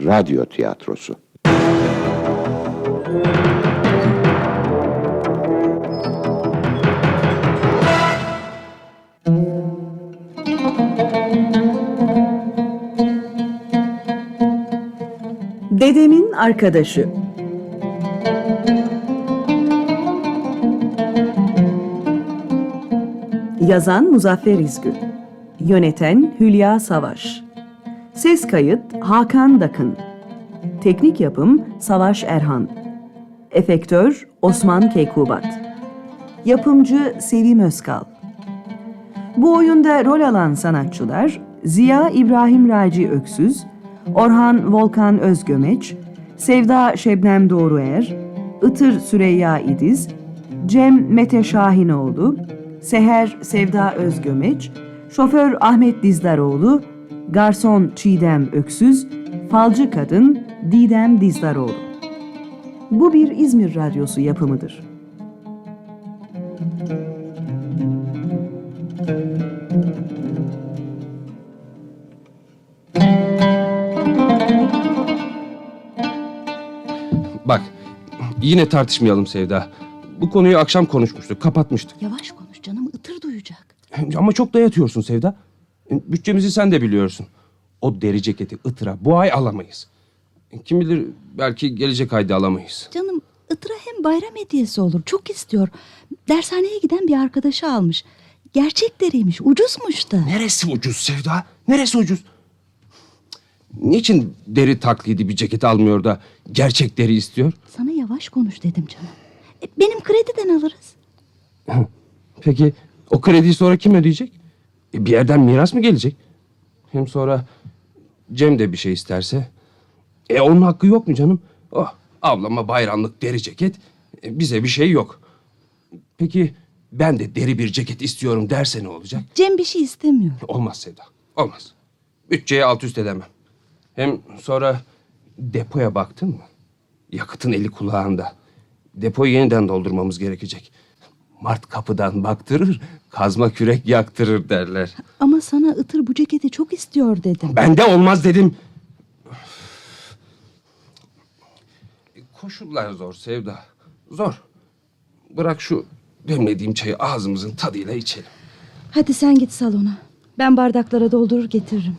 Radyo tiyatrosu. Dedemin Arkadaşı. Yazan Muzaffer İzgü. Yöneten Hülya Savaş. Ses kayıt Hakan Dakın. Teknik yapım Savaş Erhan. Efektör Osman Keykubat. Yapımcı Sevim Özkal. Bu oyunda rol alan sanatçılar Ziya İbrahim Raci Öksüz, Orhan Volkan Özgömeç, Sevda Şebnem Doğruer, Itır Süreyya İdiz, Cem Mete Şahinoğlu, Seher Sevda Özgömeç, Şoför Ahmet Dizdaroğlu, Garson Çiğdem Öksüz, Falcı Kadın Didem Dizdaroğlu. Bu bir İzmir Radyosu yapımıdır. Bak, yine tartışmayalım Sevda. Bu konuyu akşam konuşmuştuk, kapatmıştık. Yavaş konuş canım, Itır duyacak. Ama çok dayatıyorsun Sevda. Bütçemizi sen de biliyorsun. O deri ceketi Itır'a bu ay alamayız. Kim bilir, belki gelecek ayda alamayız. Canım, Itır'a hem bayram hediyesi olur, çok istiyor. Dershaneye giden bir arkadaşı almış. Gerçek deriymiş, ucuzmuş da. Neresi ucuz Sevda? Neresi ucuz? Niçin deri taklidi bir ceket almıyor da gerçek deri istiyor? Sana yavaş konuş dedim canım. Benim krediden alırız. Peki o krediyi sonra kim ödeyecek? Bir yerden miras mı gelecek? Hem sonra Cem de bir şey isterse. Onun hakkı yok mu canım? Oh, ablama bayramlık deri ceket, bize bir şey yok. Peki ben de deri bir ceket istiyorum derse ne olacak? Cem bir şey istemiyor. Olmaz Sevda, olmaz. Bütçeye alt üst edemem. Hem sonra depoya baktın mı? Yakıtın eli kulağında. Depoyu yeniden doldurmamız gerekecek. Mart kapıdan baktırır, kazma kürek yaktırır derler. Ama sana Itır bu ceketi çok istiyor dedim. Ben de olmaz dedim. Koşullar zor Sevda, zor. Bırak şu demlediğim çayı ağzımızın tadıyla içelim. Hadi sen git salona. Ben bardaklara doldurur getiririm.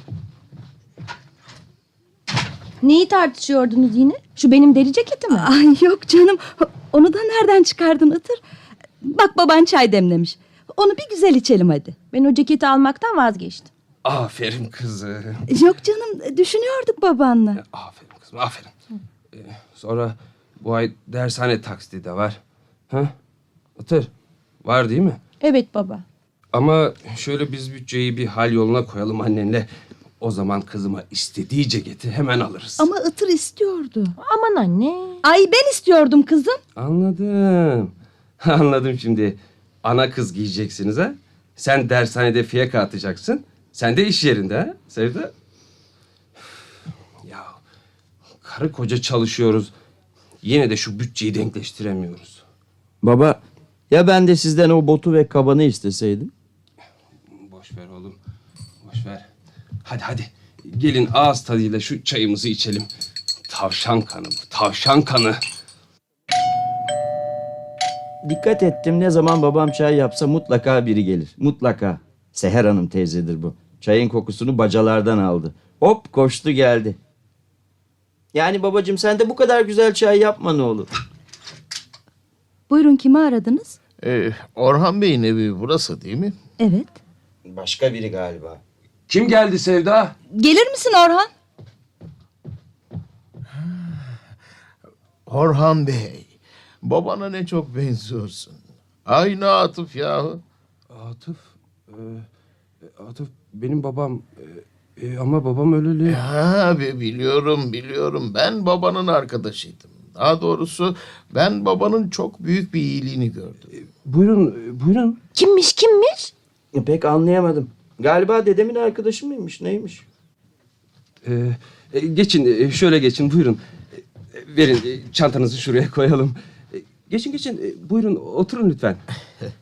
Neyi tartışıyordunuz yine? Şu benim deri ceketim mi? Ay yok canım. Onu da nereden çıkardın Itır? Bak baban çay demlemiş. Onu bir güzel içelim hadi. Ben o ceketi almaktan vazgeçtim. Aferin kızım. Yok canım, düşünüyorduk babanla. Aferin kızım, aferin. Sonra bu ay dershane taksidi de var. Ha? Itır, var değil mi? Evet baba. Ama şöyle biz bütçeyi bir hal yoluna koyalım annenle. O zaman kızıma istediği ceketi hemen alırız. Ama Itır istiyordu. Aman anne. Ay ben istiyordum kızım. Anladım. Anladım şimdi. Ana kız giyeceksiniz ha? Sen dershanede fiyaka atacaksın. Sen de iş yerinde ha Sevda? Ya karı koca çalışıyoruz. Yine de şu bütçeyi denkleştiremiyoruz. Baba, ya ben de sizden o botu ve kabanı isteseydim? Boş ver oğlum. Boş ver. Hadi hadi. Gelin ağız tadıyla şu çayımızı içelim. Tavşan kanı bu. Tavşan kanı. Dikkat ettim, ne zaman babam çay yapsa mutlaka biri gelir. Mutlaka. Seher Hanım teyzedir bu. Çayın kokusunu bacalardan aldı. Hop koştu geldi. Yani babacığım sen de bu kadar güzel çay yapma ne olur. Buyurun, kimi aradınız? Orhan Bey'in evi burası değil mi? Evet. Başka biri galiba. Kim geldi Sevda? Gelir misin Orhan? Orhan Bey, babana ne çok benziyorsun. Aynı Atıf yahu. Atıf. Atıf benim babam. Ama babam öleli. Biliyorum. Ben babanın arkadaşıydım. Daha doğrusu ben babanın çok büyük bir iyiliğini gördüm. Buyurun. Kimmiş? Pek anlayamadım. Galiba dedemin arkadaşı mıymış neymiş? Geçin, şöyle geçin, buyurun. Verin, çantanızı şuraya koyalım. Geçin, buyurun, oturun lütfen.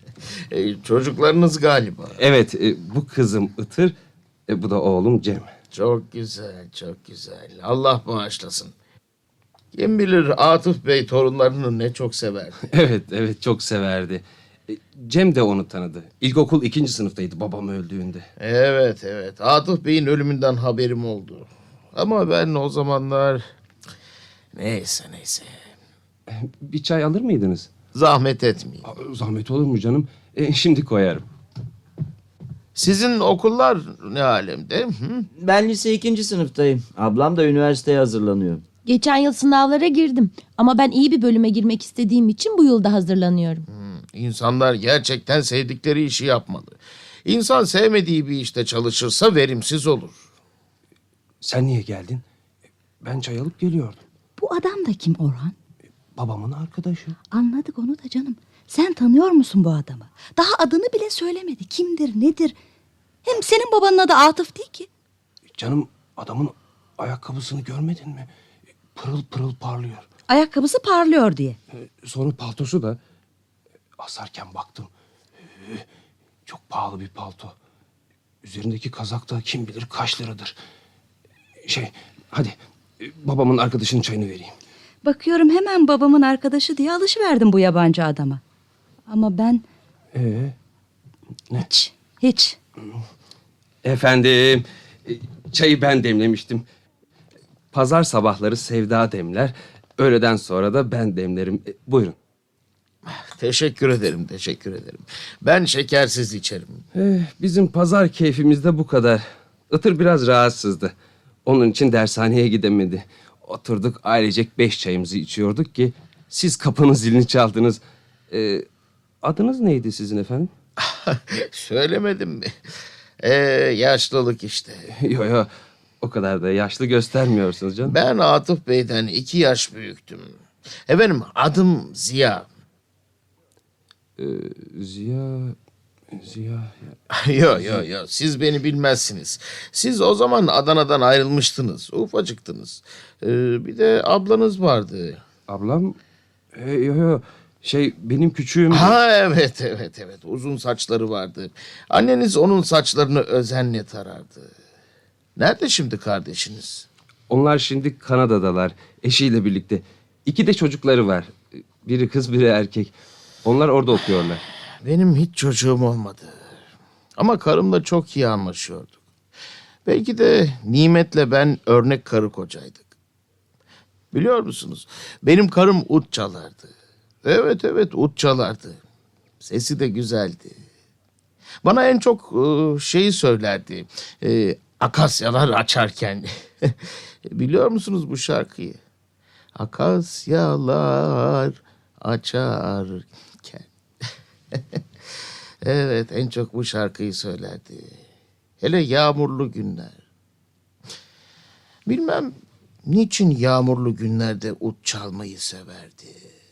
Çocuklarınız galiba. Evet, bu kızım Itır, bu da oğlum Cem. Çok güzel, çok güzel. Allah bağışlasın. Kim bilir Atıf Bey torunlarını ne çok severdi. Evet, evet çok severdi. Cem de onu tanıdı. İlkokul 2. sınıftaydı babam öldüğünde. Evet, evet. Atıf Bey'in ölümünden haberim oldu. Ama ben o zamanlar... Neyse, neyse. Bir çay alır mıydınız? Zahmet etmeyin. Zahmet olur mu canım? Şimdi koyarım. Sizin okullar ne alemde? Hı? Ben lise 2. sınıftayım. Ablam da üniversiteye hazırlanıyor. Geçen yıl sınavlara girdim. Ama ben iyi bir bölüme girmek istediğim için bu yılda hazırlanıyorum. İnsanlar gerçekten sevdikleri işi yapmalı. İnsan sevmediği bir işte çalışırsa verimsiz olur. Sen niye geldin? Ben çay alıp geliyordum. Bu adam da kim Orhan? Babamın arkadaşı. Anladık onu da canım. Sen tanıyor musun bu adamı? Daha adını bile söylemedi. Kimdir, nedir? Hem senin babanın adı Atıf değil ki. Canım adamın ayakkabısını görmedin mi? Pırıl pırıl parlıyor. Ayakkabısı parlıyor diye. Sonra paltosu da asarken baktım. Çok pahalı bir palto. Üzerindeki kazak da kim bilir kaç liradır. Hadi babamın arkadaşının çayını vereyim. Bakıyorum hemen babamın arkadaşı diye alışıverdim bu yabancı adama. Ama ben hiç. Efendim, çayı ben demlemiştim. Pazar sabahları Sevda demler, öğleden sonra da ben demlerim. Buyurun. Teşekkür ederim, teşekkür ederim. Ben şekersiz içerim. Bizim pazar keyfimiz de bu kadar. Itır biraz rahatsızdı. Onun için dershaneye gidemedi. Oturduk ailecek 5 çayımızı içiyorduk ki siz kapının zilini çaldınız. Adınız neydi sizin efendim? Söylemedim mi? Yaşlılık işte. Yo, o kadar da yaşlı göstermiyorsunuz canım. Ben Atıf Bey'den 2 yaş büyüktüm. Efendim adım Ziya. Ziya... Yo, siz beni bilmezsiniz. Siz o zaman Adana'dan ayrılmıştınız. Ufacıktınız. Bir de ablanız vardı. Ablam? Yo, benim küçüğüm... Ha evet. Uzun saçları vardı. Anneniz onun saçlarını özenle tarardı. Nerede şimdi kardeşiniz? Onlar şimdi Kanada'dalar. Eşiyle birlikte. 2 de çocukları var. Biri kız, biri erkek. Onlar orada okuyorlar. Benim hiç çocuğum olmadı. Ama karımla çok iyi anlaşıyorduk. Belki de Nimet'le ben örnek karı kocaydık. Biliyor musunuz? Benim karım ut çalardı. Evet, ut çalardı. Sesi de güzeldi. Bana en çok şeyi söylerdi. Akasyalar açarken. Biliyor musunuz bu şarkıyı? Akasyalar açarken. Evet, en çok bu şarkıyı söylerdi. Hele yağmurlu günler. Bilmem niçin yağmurlu günlerde ut çalmayı severdi.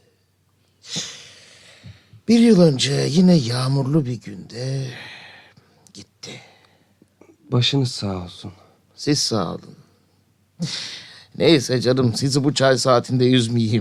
Bir yıl önce yine yağmurlu bir günde gitti. Başınız sağ olsun. Siz sağ olun. Neyse canım, sizi bu çay saatinde üzmeyeyim.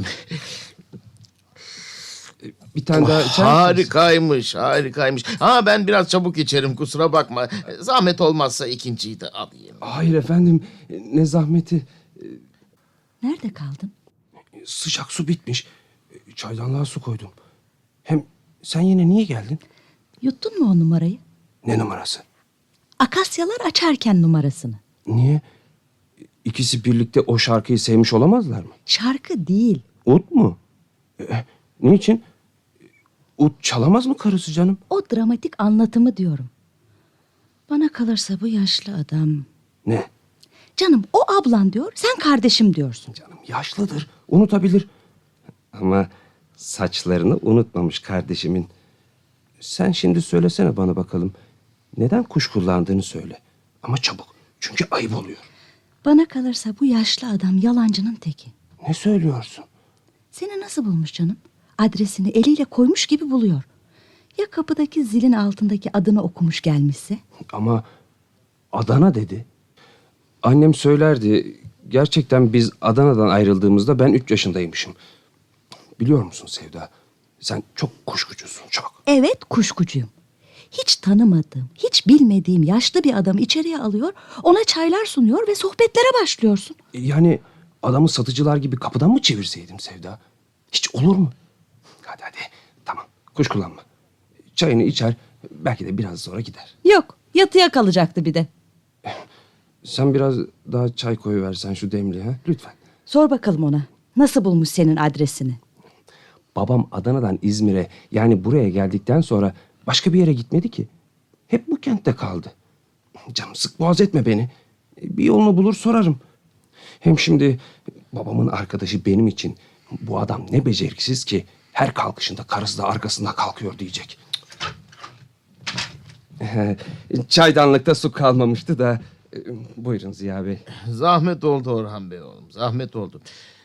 Bir tane daha içer misiniz? Harikaymış. Ha, ben biraz çabuk içerim, kusura bakma. Zahmet olmazsa ikinciyi de alayım. Hayır efendim, ne zahmeti. Nerede kaldın? Sıcak su bitmiş. Çaydanlığa su koydum. Hem sen yine niye geldin? Yuttun mu o numarayı? Ne numarası? Akasyalar açarken numarasını. Niye? İkisi birlikte o şarkıyı sevmiş olamazlar mı? Şarkı değil. Ut mu? Niçin? Ut çalamaz mı karısı canım? O dramatik anlatımı diyorum. Bana kalırsa bu yaşlı adam... Ne? Canım o ablan diyor, sen kardeşim diyorsun. Canım yaşlıdır, unutabilir. Ama saçlarını unutmamış kardeşimin. Sen şimdi söylesene bana bakalım. Neden kuş kullandığını söyle. Ama çabuk, çünkü ayıp oluyor. Bana kalırsa bu yaşlı adam yalancının teki. Ne söylüyorsun? Seni nasıl bulmuş canım? Adresini eliyle koymuş gibi buluyor. Ya kapıdaki zilin altındaki adını okumuş gelmişse? Ama Adana dedi. Annem söylerdi. Gerçekten biz Adana'dan ayrıldığımızda ben 3 yaşındaymışım. Biliyor musun Sevda? Sen çok kuşkucusun, çok. Evet, kuşkucuyum. Hiç tanımadığım, hiç bilmediğim yaşlı bir adamı içeriye alıyor, ona çaylar sunuyor ve sohbetlere başlıyorsun. Yani adamı satıcılar gibi kapıdan mı çevirseydim Sevda? Hiç olur mu? Hadi hadi tamam kuşkulanma. Çayını içer belki de biraz sonra gider. Yok, yatıya kalacaktı bir de. Sen biraz daha çay koyuversen şu demliğe ha? Lütfen. Sor bakalım ona. Nasıl bulmuş senin adresini? Babam Adana'dan İzmir'e yani buraya geldikten sonra başka bir yere gitmedi ki. Hep bu kentte kaldı. Canım sık boğaz etme beni. Bir yolunu bulur sorarım. Hem şimdi babamın arkadaşı benim için bu adam ne beceriksiz ki her kalkışında karısı da arkasında kalkıyor diyecek. Çaydanlıkta su kalmamıştı da buyurun Ziya Bey. Zahmet oldu Orhan Bey oğlum, zahmet oldu.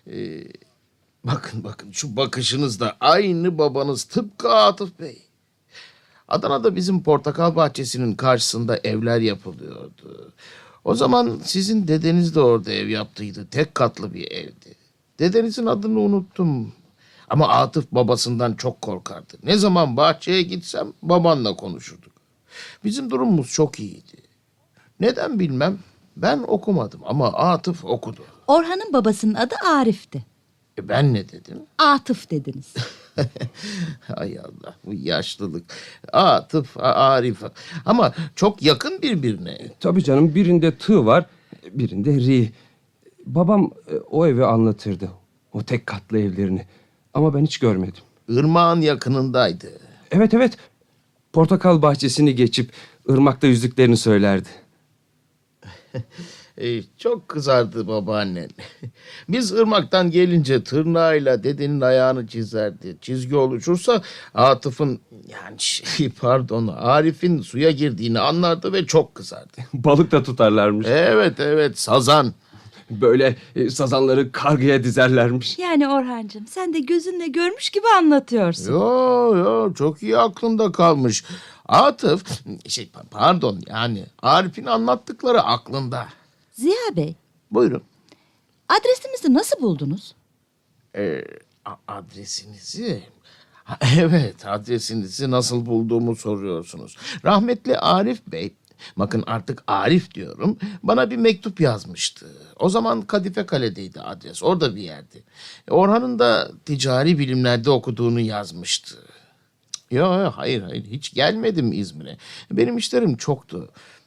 Bakın şu bakışınız da aynı babanız, tıpkı Atıf Bey. Adana'da bizim portakal bahçesinin karşısında evler yapılıyordu. O zaman sizin dedeniz de orada ev yaptıydı. Tek katlı bir evdi. Dedenizin adını unuttum. Ama Atıf babasından çok korkardı. Ne zaman bahçeye gitsem babanla konuşurduk. Bizim durumumuz çok iyiydi. Neden bilmem. Ben okumadım ama Atıf okudu. Orhan'ın babasının adı Arif'ti. Ben ne dedim? Atıf dediniz. Hay Allah, bu yaşlılık. Atıf, Arif. Ama çok yakın birbirine. Tabii canım birinde tığ var birinde ri. Babam o evi anlatırdı. O tek katlı evlerini. Ama ben hiç görmedim. Irmağın yakınındaydı. Evet evet. Portakal bahçesini geçip ırmakta yüzdüklerini söylerdi. Çok kızardı babaannen. Biz ırmaktan gelince tırnağıyla dedenin ayağını çizerdi. Çizgi oluşursa Atıf'ın Arif'in suya girdiğini anlardı ve çok kızardı. Balık da tutarlarmış. Evet sazan. Böyle sazanları kargıya dizerlermiş. Yani Orhancığım sen de gözünle görmüş gibi anlatıyorsun. Yo çok iyi aklında kalmış. Atıf Arif'in anlattıkları aklında. Ziya Bey, Buyurun. adresimizi nasıl buldunuz? Adresinizi? Evet, adresinizi nasıl bulduğumu soruyorsunuz. Rahmetli Arif Bey, bakın artık Arif diyorum, bana bir mektup yazmıştı. O zaman Kadife Kale'deydi adres, orada bir yerdi. Orhan'ın da ticari bilimlerde okuduğunu yazmıştı. Yok, hayır, hiç gelmedim İzmir'e. Benim işlerim çoktu.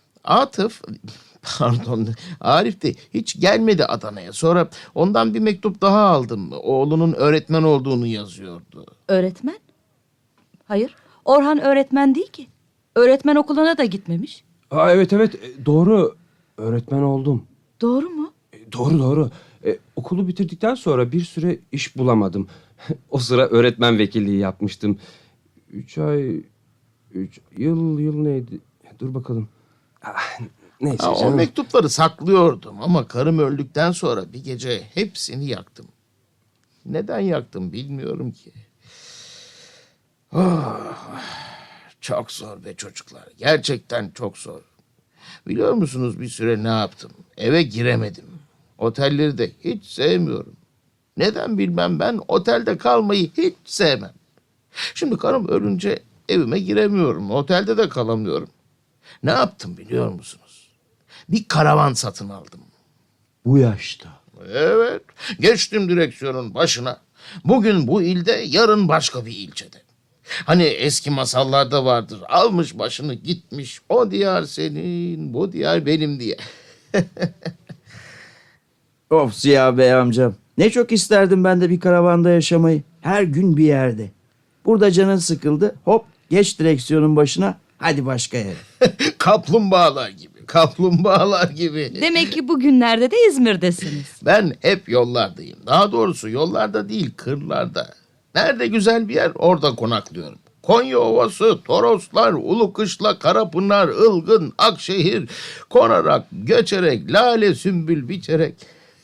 Arif de hiç gelmedi Adana'ya. Sonra ondan bir mektup daha aldım. Oğlunun öğretmen olduğunu yazıyordu. Öğretmen? Hayır, Orhan öğretmen değil ki. Öğretmen okuluna da gitmemiş. Evet doğru öğretmen oldum. Doğru mu? Doğru. Okulu bitirdikten sonra bir süre iş bulamadım. O sıra öğretmen vekilliği yapmıştım. 3 yıl neydi? Dur bakalım. Neyse O canım. mektupları saklıyordum ama karım öldükten sonra bir gece hepsini yaktım. Neden yaktım bilmiyorum ki. Çok zor be çocuklar. Gerçekten çok zor. Biliyor musunuz bir süre ne yaptım? Eve giremedim. Otelleri de hiç sevmiyorum. Neden bilmem ben otelde kalmayı hiç sevmem. Şimdi karım ölünce evime giremiyorum. Otelde de kalamıyorum. Ne yaptım biliyor musunuz? Bir karavan satın aldım. Bu yaşta. Evet. Geçtim direksiyonun başına. Bugün bu ilde, yarın başka bir ilçede. Hani eski masallarda vardır. Almış başını gitmiş. O diyar senin, bu diyar benim diye. Of Ziya Bey amcam. Ne çok isterdim ben de bir karavanda yaşamayı. Her gün bir yerde. Burada canın sıkıldı. Hop geç direksiyonun başına. Hadi başka yere. Kaplumbağalar gibi. Kaplumbağalar gibi. Demek ki bugünlerde de İzmir'desiniz. Ben hep yollardayım. Daha doğrusu yollarda değil, kırlarda. Nerede güzel bir yer, orada konaklıyorum. Konya Ovası, Toroslar, Ulukışla, Karapınar, Ilgın, Akşehir, konarak, göçerek, lale sümbül biçerek.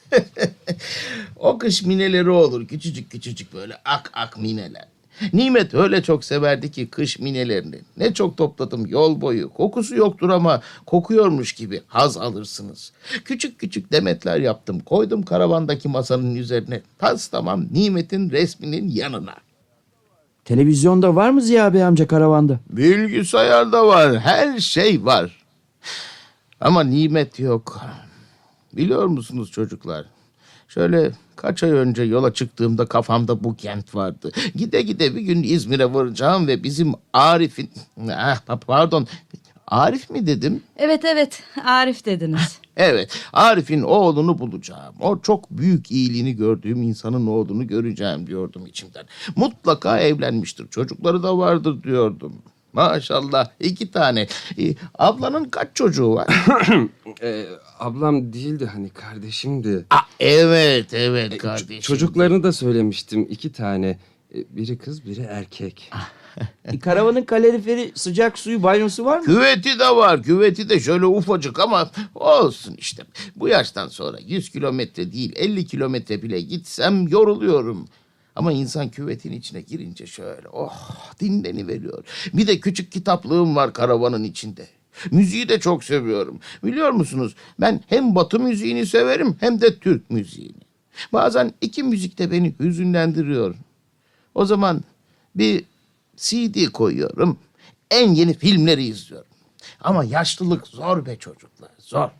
O kış mineleri olur, küçücük böyle ak mineler. Nimet öyle çok severdi ki kış minelerini. Ne çok topladım yol boyu. Kokusu yoktur ama kokuyormuş gibi haz alırsınız. Küçük demetler yaptım. Koydum karavandaki masanın üzerine. Tas tamam Nimet'in resminin yanına. Televizyonda var mı Ziya Bey amca karavanda? Bilgisayarda var, her şey var. Ama nimet yok. Biliyor musunuz çocuklar? Şöyle kaç ay önce yola çıktığımda kafamda bu kent vardı. Gide gide bir gün İzmir'e varacağım ve bizim Arif'in... Pardon, Arif mi dedim? Evet, Arif dediniz. Evet, Arif'in oğlunu bulacağım. O çok büyük iyiliğini gördüğüm insanın oğlunu göreceğim diyordum içimden. Mutlaka evlenmiştir, çocukları da vardır diyordum. Maşallah 2 tane. Ablanın kaç çocuğu var? Ablam değildi hani kardeşimdi. Evet kardeşim. Çocuklarını da söylemiştim 2 tane. Biri kız biri erkek. Karavanın kaloriferi, sıcak suyu, banyosu var mı? Küveti de var. Küveti de şöyle ufacık ama olsun işte. Bu yaştan sonra 100 kilometre değil 50 kilometre bile gitsem yoruluyorum. Ama insan küvetin içine girince şöyle dinleniveriyor. Bir de küçük kitaplığım var karavanın içinde. Müziği de çok seviyorum. Biliyor musunuz ben hem Batı müziğini severim hem de Türk müziğini. Bazen 2 müzik de beni hüzünlendiriyor. O zaman bir CD koyuyorum. En yeni filmleri izliyorum. Ama yaşlılık zor be çocuklar, zor.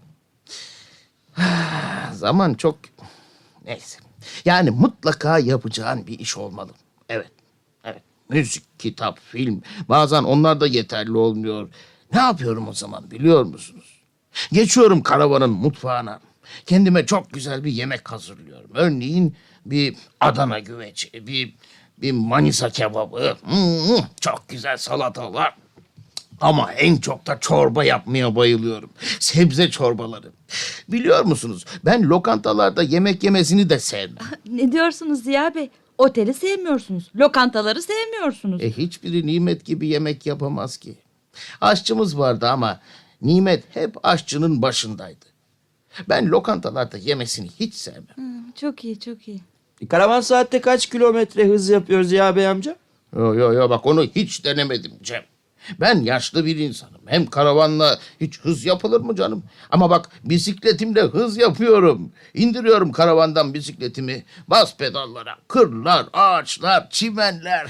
Zaman çok... Neyse. Yani mutlaka yapacağın bir iş olmalı. Evet. Müzik, kitap, film. Bazen onlar da yeterli olmuyor. Ne yapıyorum o zaman biliyor musunuz? Geçiyorum karavanın mutfağına. Kendime çok güzel bir yemek hazırlıyorum. Örneğin bir Adana güveci, bir Manisa kebabı, çok güzel salatalar. Ama en çok da çorba yapmaya bayılıyorum. Sebze çorbaları. Biliyor musunuz ben lokantalarda yemek yemesini de sevmem. Ne diyorsunuz Ziya Bey? Oteli sevmiyorsunuz. Lokantaları sevmiyorsunuz. Hiçbiri Nimet gibi yemek yapamaz ki. Aşçımız vardı ama Nimet hep aşçının başındaydı. Ben lokantalarda yemesini hiç sevmem. Çok iyi. Karavan saatte kaç kilometre hız yapıyor Ziya Bey amca? Yo bak onu hiç denemedim Cem. Ben yaşlı bir insanım. Hem karavanla hiç hız yapılır mı canım? Ama bak bisikletimle hız yapıyorum. İndiriyorum karavandan bisikletimi. Bas pedallara. Kırlar, ağaçlar, çimenler.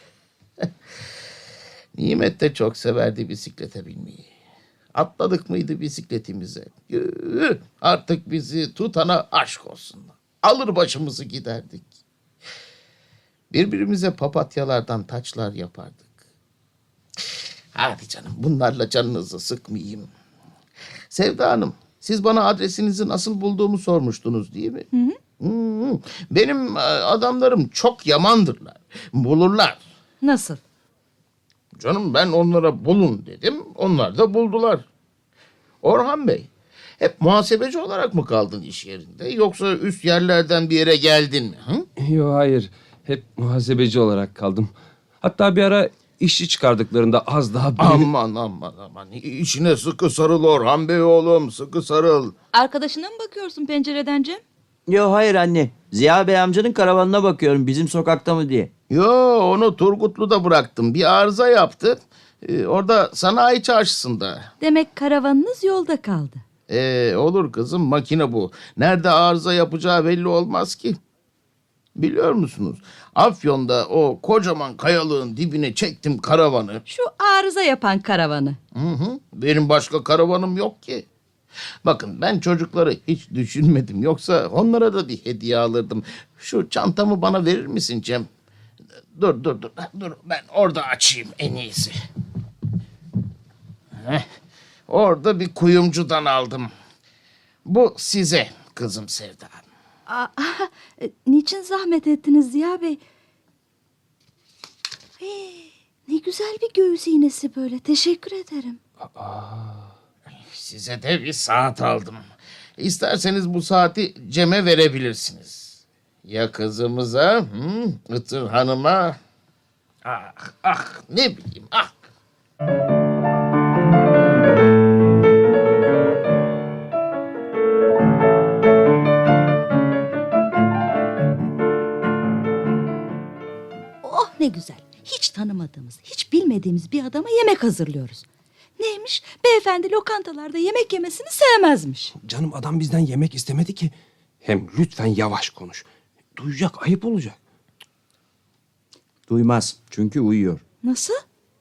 Nimet de çok severdi bisiklete binmeyi. Atladık mıydı bisikletimize? Artık bizi tutana aşk olsun. Alır başımızı giderdik. Birbirimize papatyalardan taçlar yapardık. Hadi canım bunlarla canınızı sıkmayayım. Sevda Hanım siz bana adresinizi nasıl bulduğumu sormuştunuz değil mi? Hı. Benim adamlarım çok yamandırlar. Bulurlar. Nasıl? Canım ben onlara bulun dedim. Onlar da buldular. Orhan Bey hep muhasebeci olarak mı kaldın iş yerinde? Yoksa üst yerlerden bir yere geldin mi? Hı? Yok hayır. Hep muhasebeci olarak kaldım. Hatta bir ara işçi çıkardıklarında az daha... Aman. İşine sıkı sarıl Orhan Bey oğlum. Sıkı sarıl. Arkadaşına mı bakıyorsun pencereden Cem? Yo hayır anne. Ziya Bey amcanın karavanına bakıyorum bizim sokakta mı diye. Yo onu Turgutlu'da bıraktım. Bir arıza yaptı. Orada sanayi çarşısında. Demek karavanınız yolda kaldı. Olur kızım makine bu. Nerede arıza yapacağı belli olmaz ki. Biliyor musunuz? Afyon'da o kocaman kayalığın dibine çektim karavanı. Şu arıza yapan karavanı. Hı. Benim başka karavanım yok ki. Bakın ben çocukları hiç düşünmedim. Yoksa onlara da bir hediye alırdım. Şu çantamı bana verir misin Cem? Dur. Ben orada açayım en iyisi. Orada bir kuyumcudan aldım. Bu size kızım Sevda. Niçin zahmet ettiniz Ziya Bey? Ne güzel bir göğüs iğnesi böyle. Teşekkür ederim. Size de bir saat aldım. İsterseniz bu saati Cem'e verebilirsiniz. Ya kızımıza, Itır Hanım'a. Ne bileyim. Oh ne güzel. Hiç tanımadığımız, hiç bilmediğimiz bir adama yemek hazırlıyoruz. Neymiş? Beyefendi lokantalarda yemek yemesini sevmezmiş. Canım adam bizden yemek istemedi ki. Hem lütfen yavaş konuş. Duyacak ayıp olacak. Duymaz çünkü uyuyor. Nasıl?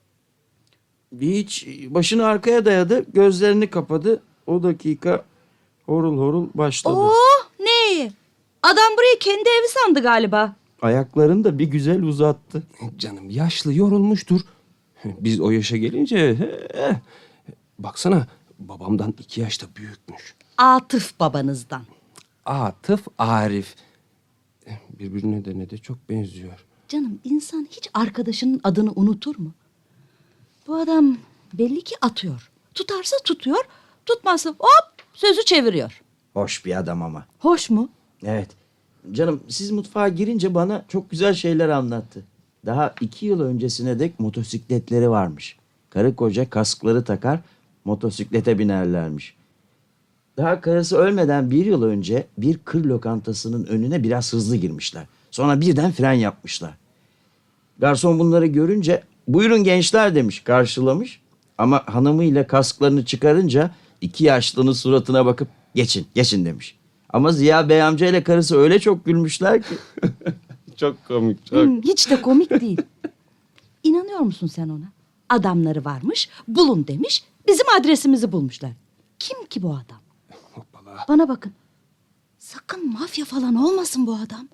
Hiç başını arkaya dayadı, gözlerini kapadı. O dakika horul horul başladı. Oh ne iyi. Adam burayı kendi evi sandı galiba. Ayaklarını da bir güzel uzattı. Canım yaşlı, yorulmuştur. Biz o yaşa gelince... Baksana, babamdan 2 yaş da büyükmüş. Atıf babanızdan. Atıf, Arif. Birbirine de ne de çok benziyor. Canım insan hiç arkadaşının adını unutur mu? Bu adam belli ki atıyor. Tutarsa tutuyor, tutmazsa hop sözü çeviriyor. Hoş bir adam ama. Hoş mu? Evet. Canım siz mutfağa girince bana çok güzel şeyler anlattı. Daha 2 yıl öncesine dek motosikletleri varmış. Karı koca kaskları takar, motosiklete binerlermiş. Daha karısı ölmeden 1 yıl önce bir kır lokantasının önüne biraz hızlı girmişler. Sonra birden fren yapmışlar. Garson bunları görünce buyurun gençler demiş, karşılamış. Ama hanımıyla kasklarını çıkarınca 2 yaşlının suratına bakıp geçin, geçin demiş. Ama Ziya Bey amca ile karısı öyle çok gülmüşler ki. Çok komik, çok. Hiç de komik değil. İnanıyor musun sen ona? Adamları varmış, bulun demiş, bizim adresimizi bulmuşlar. Kim ki bu adam? Hoppala. Bana bakın. Sakın mafya falan olmasın bu adam.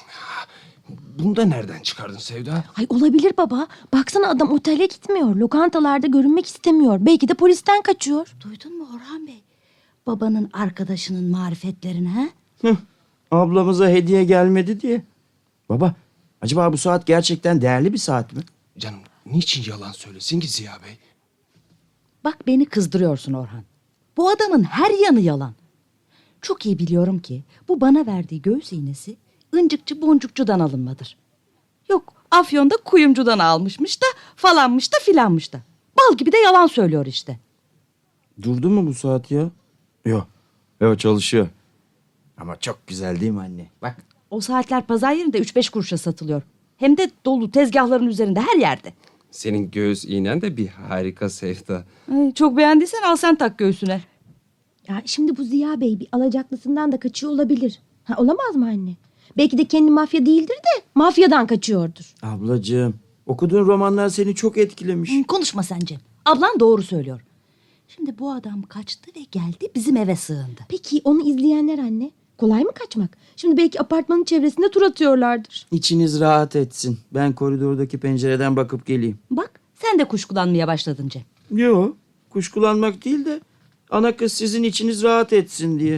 Bunu da nereden çıkardın Sevda? Ay olabilir baba. Baksana adam otele gitmiyor. Lokantalarda görünmek istemiyor. Belki de polisten kaçıyor. Duydun mu Orhan Bey? Babanın arkadaşının marifetlerini ha? Ablamıza hediye gelmedi diye. Baba, acaba bu saat gerçekten değerli bir saat mi? Canım niçin yalan söylesin ki Ziya Bey? Bak beni kızdırıyorsun Orhan. Bu adamın her yanı yalan. Çok iyi biliyorum ki bu bana verdiği göğüs iğnesi ıncıkçı boncukçudan alınmadır. Yok Afyon'da kuyumcudan almışmış da falanmış da filanmış da. Bal gibi de yalan söylüyor işte. Durdu mu bu saat ya? Yok. Yok çalışıyor. Ama çok güzel değil mi anne? Bak. O saatler pazar yerinde 3-5 kuruşa satılıyor. Hem de dolu tezgahların üzerinde her yerde. Senin göğüs iğnen de bir harika Sevda. Ay, çok beğendiysen al sen tak göğsüne. Ya şimdi bu Ziya Bey bir alacaklısından da kaçıyor olabilir. Ha, olamaz mı anne? Belki de kendi mafya değildir de mafyadan kaçıyordur. Ablacığım, okuduğun romanlar seni çok etkilemiş. Konuşma sen Cem. Ablan doğru söylüyor. Şimdi bu adam kaçtı ve geldi bizim eve sığındı. Peki onu izleyenler anne? Kolay mı kaçmak? Şimdi belki apartmanın çevresinde tur atıyorlardır. İçiniz rahat etsin. Ben koridordaki pencereden bakıp geleyim. Bak sen de kuşkulanmaya başladın Cem. Yok, kuşkulanmak değil de ana kız sizin içiniz rahat etsin diye.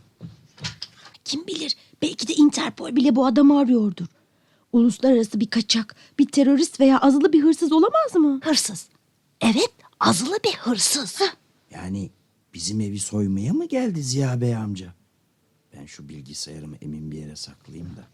Kim bilir belki de Interpol bile bu adamı arıyordur. Uluslararası bir kaçak, bir terörist veya azılı bir hırsız olamaz mı? Hırsız. Evet azılı bir hırsız. Yani bizim evi soymaya mı geldi Ziya Bey amca? Ben şu bilgisayarımı emin bir yere saklayayım da.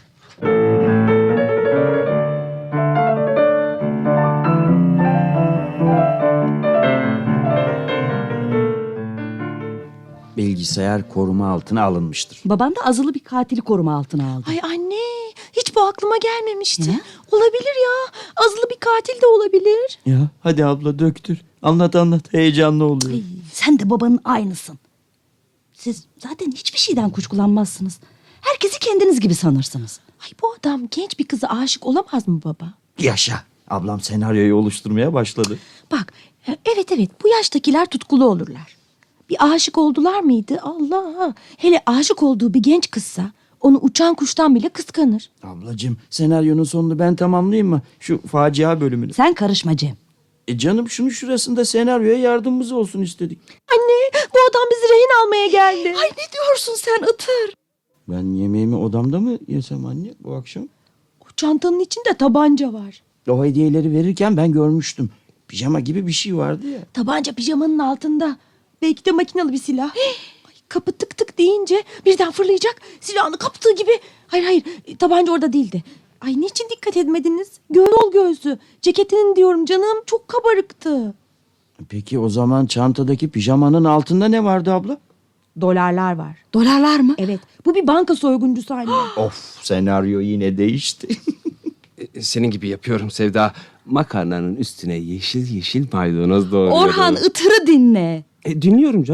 Bilgisayar koruma altına alınmıştır. Baban da azılı bir katili koruma altına aldı. Ay anne hiç bu aklıma gelmemişti. Ne? Olabilir ya. Azılı bir katil de olabilir. Ya hadi abla döktür. Anlat anlat, heyecanlı oluyor. Ay, sen de babanın aynısın. Siz zaten hiçbir şeyden kuşkulanmazsınız. Herkesi kendiniz gibi sanırsınız. Ay bu adam genç bir kıza aşık olamaz mı baba? Yaşa. Ablam senaryoyu oluşturmaya başladı. Bak evet bu yaştakiler tutkulu olurlar. Bir aşık oldular mıydı? Allah! Hele aşık olduğu bir genç kızsa onu uçan kuştan bile kıskanır. Ablacığım senaryonun sonunu ben tamamlayayım mı? Şu facia bölümünü. Sen karışma Cem. Canım şunun şurasında senaryoya yardımımız olsun istedik. Anne bu adam bizi rehin almaya geldi. Ay ne diyorsun sen Itır? Ben yemeğimi odamda mı yesem anne bu akşam? O çantanın içinde tabanca var. O hediyeleri verirken ben görmüştüm. Pijama gibi bir şey vardı ya. Tabanca pijamanın altında. Belki de makinalı bir silah. Ay, kapı tık tık deyince birden fırlayacak. Silahını kaptığı gibi. Hayır tabanca orada değildi. Ay niçin dikkat etmediniz? Yol göğsü. Ceketinin diyorum canım çok kabarıktı. Peki o zaman çantadaki pijamanın altında ne vardı abla? Dolarlar var. Dolarlar mı? Evet bu bir banka soyguncusu anne. Of senaryo yine değişti. Senin gibi yapıyorum Sevda. Makarnanın üstüne yeşil yeşil maydanoz doğruyorum. Orhan Itır'ı dinle. Dinliyorum canım.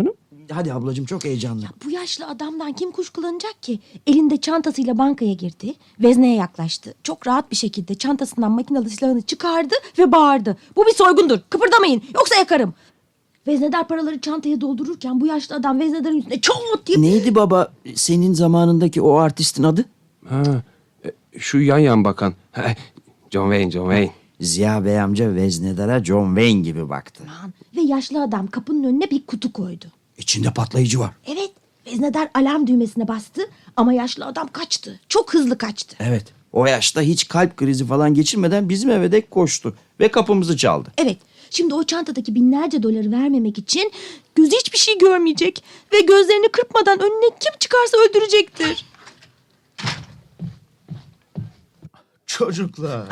Hadi ablacığım, çok heyecanlı. Bu yaşlı adamdan kim kuşkulanacak ki? Elinde çantasıyla bankaya girdi. Vezneye yaklaştı. Çok rahat bir şekilde çantasından makinalı silahını çıkardı ve bağırdı. Bu bir soygundur. Kıpırdamayın yoksa yakarım. Veznedar paraları çantaya doldururken bu yaşlı adam veznedarın üstüne çot diye... Neydi baba senin zamanındaki o artistin adı? Ha, şu yan yan bakan. John Wayne, John Wayne. Ziya Bey amca veznedara John Wayne gibi baktı. Ve yaşlı adam kapının önüne bir kutu koydu. İçinde patlayıcı var. Evet, veznedar alarm düğmesine bastı ama yaşlı adam kaçtı. Çok hızlı kaçtı. Evet, o yaşta hiç kalp krizi falan geçirmeden bizim eve dek koştu ve kapımızı çaldı. Evet, şimdi o çantadaki binlerce doları vermemek için gözü hiçbir şey görmeyecek ve gözlerini kırpmadan önüne kim çıkarsa öldürecektir. Çocuklar.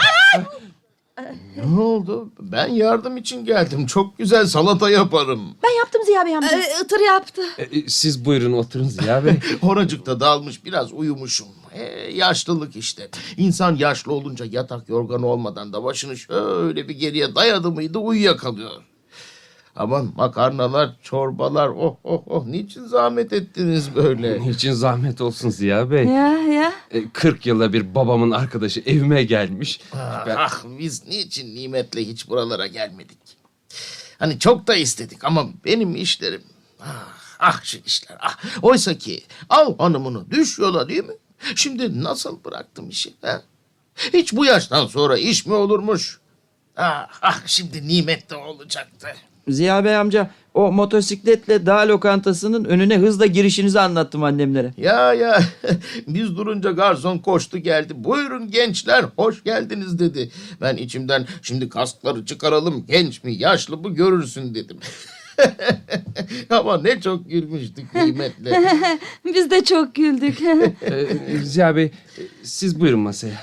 Ne oldu? Ben yardım için geldim. Çok güzel salata yaparım. Ben yaptım Ziya Bey amca. Itır yaptı. Siz buyurun oturun Ziya Bey. Oracıkta dalmış, biraz uyumuşum. Yaşlılık işte. İnsan yaşlı olunca yatak yorganı olmadan da başını şöyle bir geriye dayadı mıydı uyuyakalıyor. Aman makarnalar, çorbalar, oh oh oh. Niçin zahmet ettiniz böyle? Niçin zahmet olsun Ziya Bey? Ya. 40 yılda bir babamın arkadaşı evime gelmiş. Ah, biz niçin Nimet'le hiç buralara gelmedik? Hani çok da istedik ama benim işlerim... şu işler. Oysa ki al hanımını düş yola değil mi? Şimdi nasıl bıraktım işi? Ha? Hiç bu yaştan sonra iş mi olurmuş? Şimdi Nimet de olacaktı. Ziya Bey amca o motosikletle dağ lokantasının önüne hızla girişinizi anlattım annemlere. Ya biz durunca garson koştu geldi. Buyurun gençler hoş geldiniz dedi. Ben içimden şimdi kaskları çıkaralım genç mi yaşlı mı görürsün dedim. Ama ne çok gülmüştük Nimet'le. Biz de çok güldük. Ziya Bey siz buyurun masaya.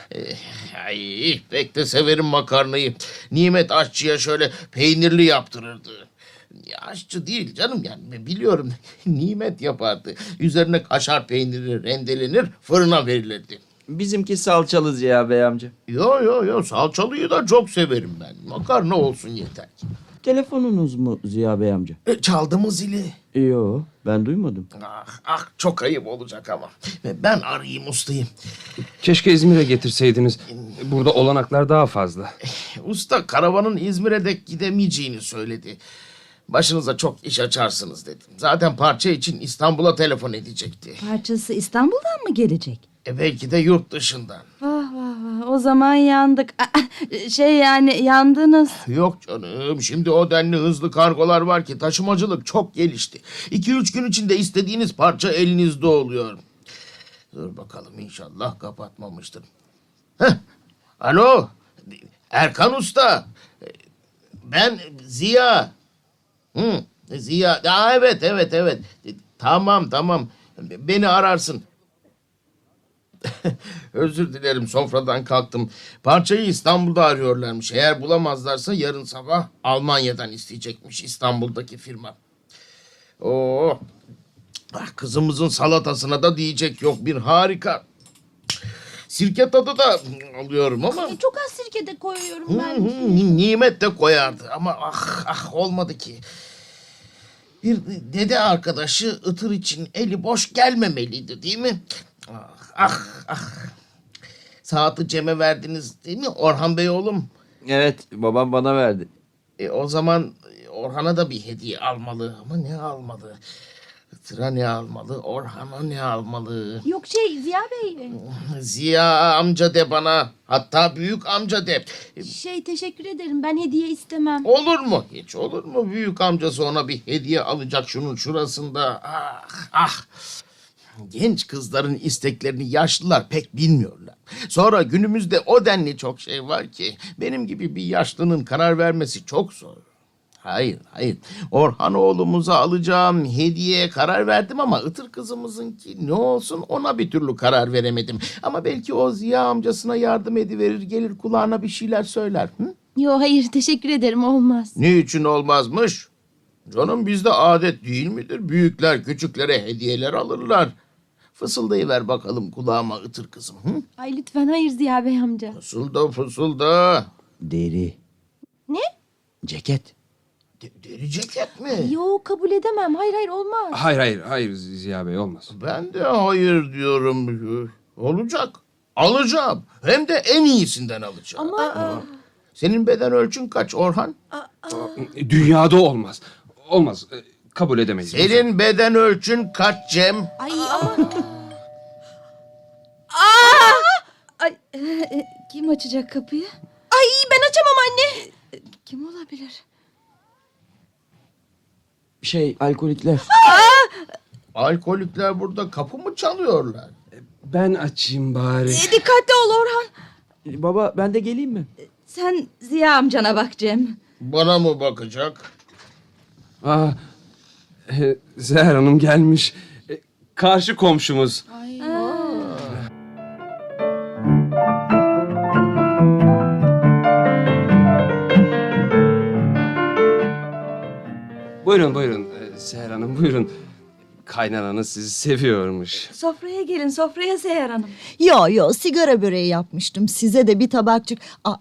Ay pek de severim makarnayı. Nimet aşçıya şöyle peynirli yaptırırdı. Ya, aşçı değil canım yani biliyorum. Nimet yapardı. Üzerine kaşar peyniri rendelenir fırına verilirdi. Bizimki salçalı Ziya Bey amca. Yo salçalıyı da çok severim ben. Makarna olsun yeter ki. Telefonunuz mu Ziya Bey amca? Çaldı mı zili? Yo, ben duymadım. Çok ayıp olacak ama. Ben arayayım ustayım. Keşke İzmir'e getirseydiniz. Burada olanaklar daha fazla. Usta karavanın İzmir'e dek gidemeyeceğini söyledi. Başınıza çok iş açarsınız dedi. Zaten parça için İstanbul'a telefon edecekti. Parçası İstanbul'dan mı gelecek? Belki de yurt dışından. Vah. O zaman yandık. Yani yandınız. Yok canım şimdi o denli hızlı kargolar var ki taşımacılık çok gelişti. 2-3 gün içinde istediğiniz parça elinizde oluyor. Dur bakalım inşallah kapatmamıştır. Alo Erkan Usta. Ben Ziya. Ziya. Evet. Tamam. Beni ararsın. Özür dilerim sofradan kalktım. Parçayı İstanbul'da arıyorlarmış. Eğer bulamazlarsa yarın sabah Almanya'dan isteyecekmiş İstanbul'daki firma. Kızımızın salatasına da diyecek yok bir harika. Sirke tadı da alıyorum ama... Çok az sirke de koyuyorum ben. Nimet de koyardı ama olmadı ki. Bir dede arkadaşı ıtır için eli boş gelmemeliydi değil mi? Saati Cem'e verdiniz değil mi Orhan Bey oğlum? Evet, babam bana verdi. O zaman Orhan'a da bir hediye almalı ama ne almalı? Itır'a ne almalı? Orhan'a ne almalı? Yok Ziya Bey. Ziya amca de bana. Hatta büyük amca de. Teşekkür ederim ben hediye istemem. Olur mu? Hiç olur mu? Büyük amcası ona bir hediye alacak şunun şurasında. Genç kızların isteklerini yaşlılar pek bilmiyorlar. Sonra günümüzde o denli çok şey var ki benim gibi bir yaşlının karar vermesi çok zor. Hayır. Orhan oğlumuza alacağım hediyeye karar verdim ama Itır kızımızınki ne olsun ona bir türlü karar veremedim. Ama belki o Ziya amcasına yardım ediverir gelir kulağına bir şeyler söyler. Hayır teşekkür ederim olmaz. Niçin olmazmış? Canım bizde adet değil midir? Büyükler küçüklere hediyeler alırlar. Fısıldayıver bakalım kulağıma Itır kızım. Ay lütfen hayır Ziya Bey amca. Fısılda. Deri. Ne? Ceket. Deri ceket mi? Yok kabul edemem. Hayır hayır olmaz. Hayır Ziya Bey olmaz. Ben de hayır diyorum. Olacak. Alacağım. Hem de en iyisinden alacağım. Ama Senin beden ölçün kaç Orhan? Dünyada olmaz. Olmaz. Kabul edemeyiz. Senin beden ölçün kaç Cem? ay ama Ay, kim açacak kapıyı? ay ben açamam anne. Kim olabilir? Alkolikler. Alkolikler burada kapı mı çalıyorlar? Ben açayım bari. Dikkatli ol Orhan. Baba ben de geleyim mi? Sen Ziya amcana bak Cem. Bana mı bakacak? Seher Hanım gelmiş. Karşı komşumuz. Buyurun. Seher Hanım buyurun. Kaynananız sizi seviyormuş. Sofraya gelin, sofraya Seher Hanım. Yo sigara böreği yapmıştım. Size de bir tabakçık.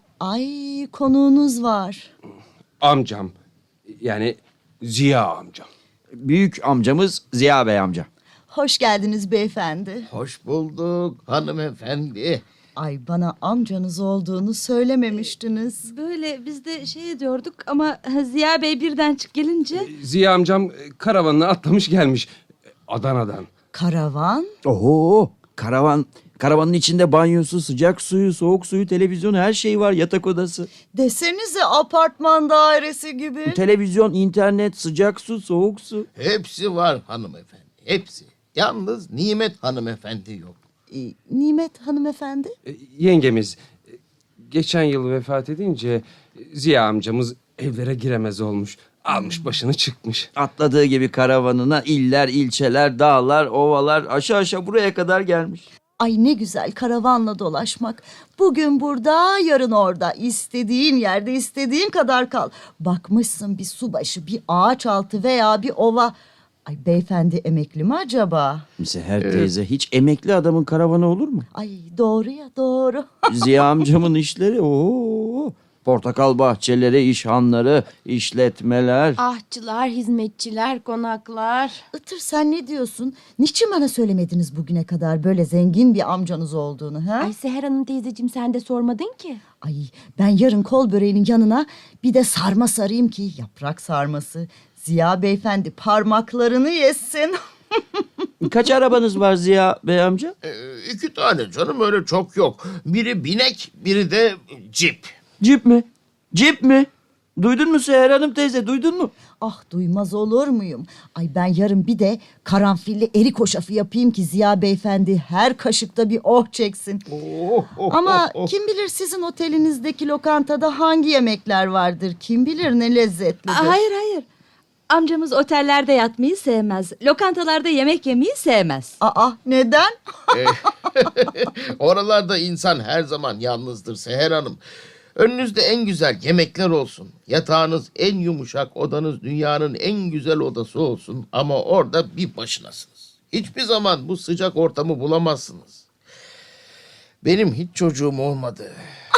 Ay konuğunuz var. Amcam. Yani Ziya amcam. Büyük amcamız Ziya Bey amca. Hoş geldiniz beyefendi. Hoş bulduk hanımefendi. Ay bana amcanız olduğunu söylememiştiniz. Böyle biz de şey ediyorduk ama Ziya Bey birden gelince... Ziya amcam karavanına atlamış gelmiş. Adana'dan. Karavan? Oho karavan. Karavanın içinde banyosu, sıcak suyu, soğuk suyu, televizyonu her şey var. Yatak odası. Desenize apartman dairesi gibi. Televizyon, internet, sıcak su, soğuk su. Hepsi var hanımefendi. Hepsi. Yalnız Nimet hanımefendi yok. Nimet hanımefendi. Yengemiz geçen yıl vefat edince Ziya amcamız evlere giremez olmuş. Almış başını çıkmış. Atladığı gibi karavanına iller, ilçeler, dağlar, ovalar aşağı buraya kadar gelmiş. Ay ne güzel karavanla dolaşmak. Bugün burada, yarın orada. İstediğin yerde istediğin kadar kal. Bakmışsın bir su başı, bir ağaç altı veya bir ova. Ay beyefendi emekli mi acaba? Seher teyze hiç emekli adamın karavanı olur mu? Ay doğru ya doğru. Ziya amcamın işleri ooo. Portakal bahçeleri, işhanları, işletmeler. Ahçılar, hizmetçiler, konaklar. Itır sen ne diyorsun? Niçin bana söylemediniz bugüne kadar böyle zengin bir amcanız olduğunu ha? Ay Seher Hanım teyzeciğim sen de sormadın ki. Ay ben yarın kol böreğinin yanına bir de sarma sarayım ki yaprak sarması. Ziya beyefendi parmaklarını yesin. Kaç arabanız var Ziya Bey amca? 2 tane canım öyle çok yok. Biri binek, biri de cip. Cip mi? Cip mi? Duydun mu Seher Hanım teyze, duydun mu? Ah duymaz olur muyum? Ay ben yarın bir de karanfilli erik hoşafı yapayım ki Ziya beyefendi her kaşıkta bir oh çeksin. Ama kim bilir sizin otelinizdeki lokantada hangi yemekler vardır? Kim bilir ne lezzetlidir. Hayır. Amcamız otellerde yatmayı sevmez. Lokantalarda yemek yemeyi sevmez. Aa neden? Oralarda insan her zaman yalnızdır Seher Hanım. Önünüzde en güzel yemekler olsun. Yatağınız en yumuşak, odanız dünyanın en güzel odası olsun. Ama orada bir başınasınız. Hiçbir zaman bu sıcak ortamı bulamazsınız. Benim hiç çocuğum olmadı.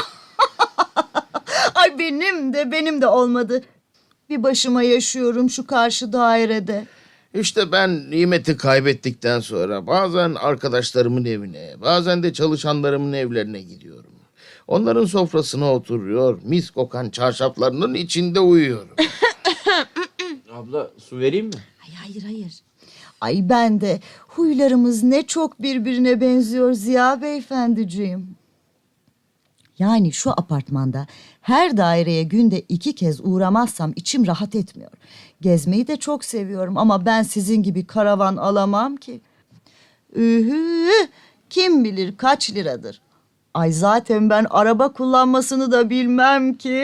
Ay benim de olmadı. Bir başıma yaşıyorum şu karşı dairede. İşte ben Nimet'i kaybettikten sonra bazen arkadaşlarımın evine, bazen de çalışanlarımın evlerine gidiyorum. Onların sofrasına oturuyor, mis kokan çarşaflarının içinde uyuyorum. Abla su vereyim mi? Ay hayır. Ay ben de huylarımız ne çok birbirine benziyor Ziya beyefendiciğim. Yani şu apartmanda her daireye günde 2 kez uğramazsam içim rahat etmiyor. Gezmeyi de çok seviyorum ama ben sizin gibi karavan alamam ki. Kim bilir kaç liradır. Ay zaten ben araba kullanmasını da bilmem ki.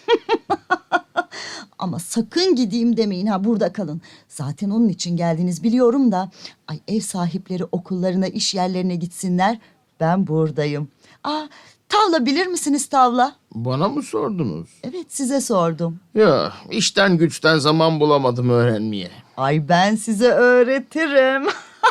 Ama sakın gideyim demeyin ha burada kalın. Zaten onun için geldiniz biliyorum da. Ay ev sahipleri okullarına iş yerlerine gitsinler. Ben buradayım. Tavla bilir misiniz tavla? Bana mı sordunuz? Evet size sordum. Ya işten güçten zaman bulamadım öğrenmeye. Ay ben size öğretirim.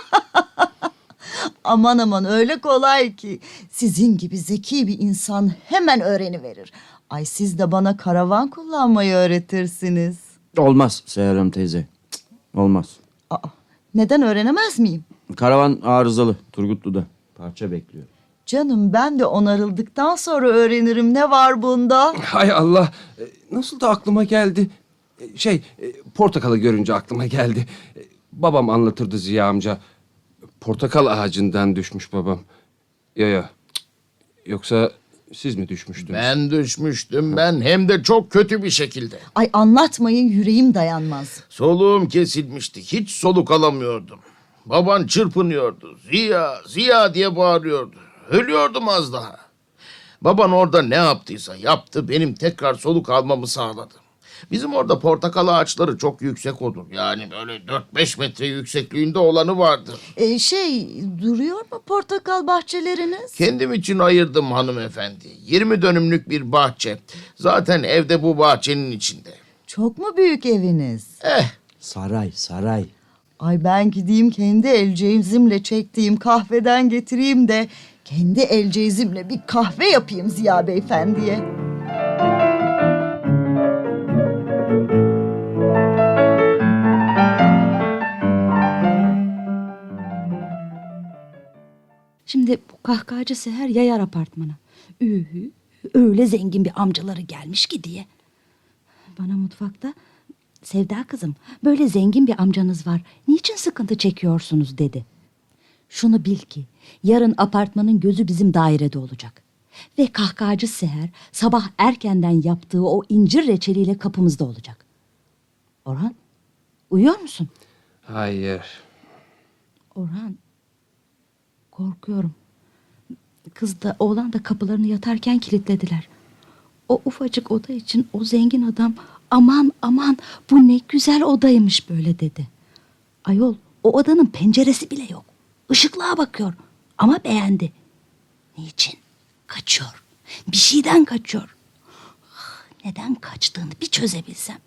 Aman öyle kolay ki. Sizin gibi zeki bir insan hemen öğreniverir. Ay siz de bana karavan kullanmayı öğretirsiniz. Olmaz Seher Hanım teyze. Cık, olmaz. Aa, neden öğrenemez miyim? Karavan arızalı Turgutlu'da. Parça bekliyor. Canım ben de onarıldıktan sonra öğrenirim, ne var bunda? Hay Allah. Nasıl da aklıma geldi. Portakalı görünce aklıma geldi. Babam anlatırdı Ziya amca. Portakal ağacından düşmüş babam. Ya. Cık. Yoksa siz mi düşmüştünüz? Ben düşmüştüm, ben hem de çok kötü bir şekilde. Ay anlatmayın, yüreğim dayanmaz. Soluğum kesilmişti. Hiç soluk alamıyordum. Baban çırpınıyordu. Ziya, Ziya diye bağırıyordu. Ölüyordum az daha. Baban orada ne yaptıysa yaptı, benim tekrar soluk almamı sağladı. Bizim orada portakal ağaçları çok yüksek olur. Yani böyle 4-5 metre yüksekliğinde olanı vardır. Duruyor mu portakal bahçeleriniz? Kendim için ayırdım hanımefendi. 20 dönümlük bir bahçe. Zaten evde bu bahçenin içinde. Çok mu büyük eviniz? Saray. Ay ben gideyim kendi el cevizimle çektiğim kahveden getireyim de kendi el cevizimle bir kahve yapayım Ziya Beyefendi'ye. Şimdi bu kahkahacı Seher yayar apartmana. Öyle zengin bir amcaları gelmiş ki diye. Bana mutfakta Sevda kızım, böyle zengin bir amcanız var, niçin sıkıntı çekiyorsunuz dedi. Şunu bil ki yarın apartmanın gözü bizim dairede olacak. Ve kahkahacı Seher sabah erkenden yaptığı o incir reçeliyle kapımızda olacak. Orhan, uyuyor musun? Hayır. Orhan, korkuyorum. Kız da oğlan da kapılarını yatarken kilitlediler. O ufacık oda için o zengin adam aman bu ne güzel odaymış böyle dedi. Ayol, o odanın penceresi bile yok. Işıklığa bakıyor ama beğendi. Niçin? Kaçıyor. Bir şeyden kaçıyor. Neden kaçtığını bir çözebilsem.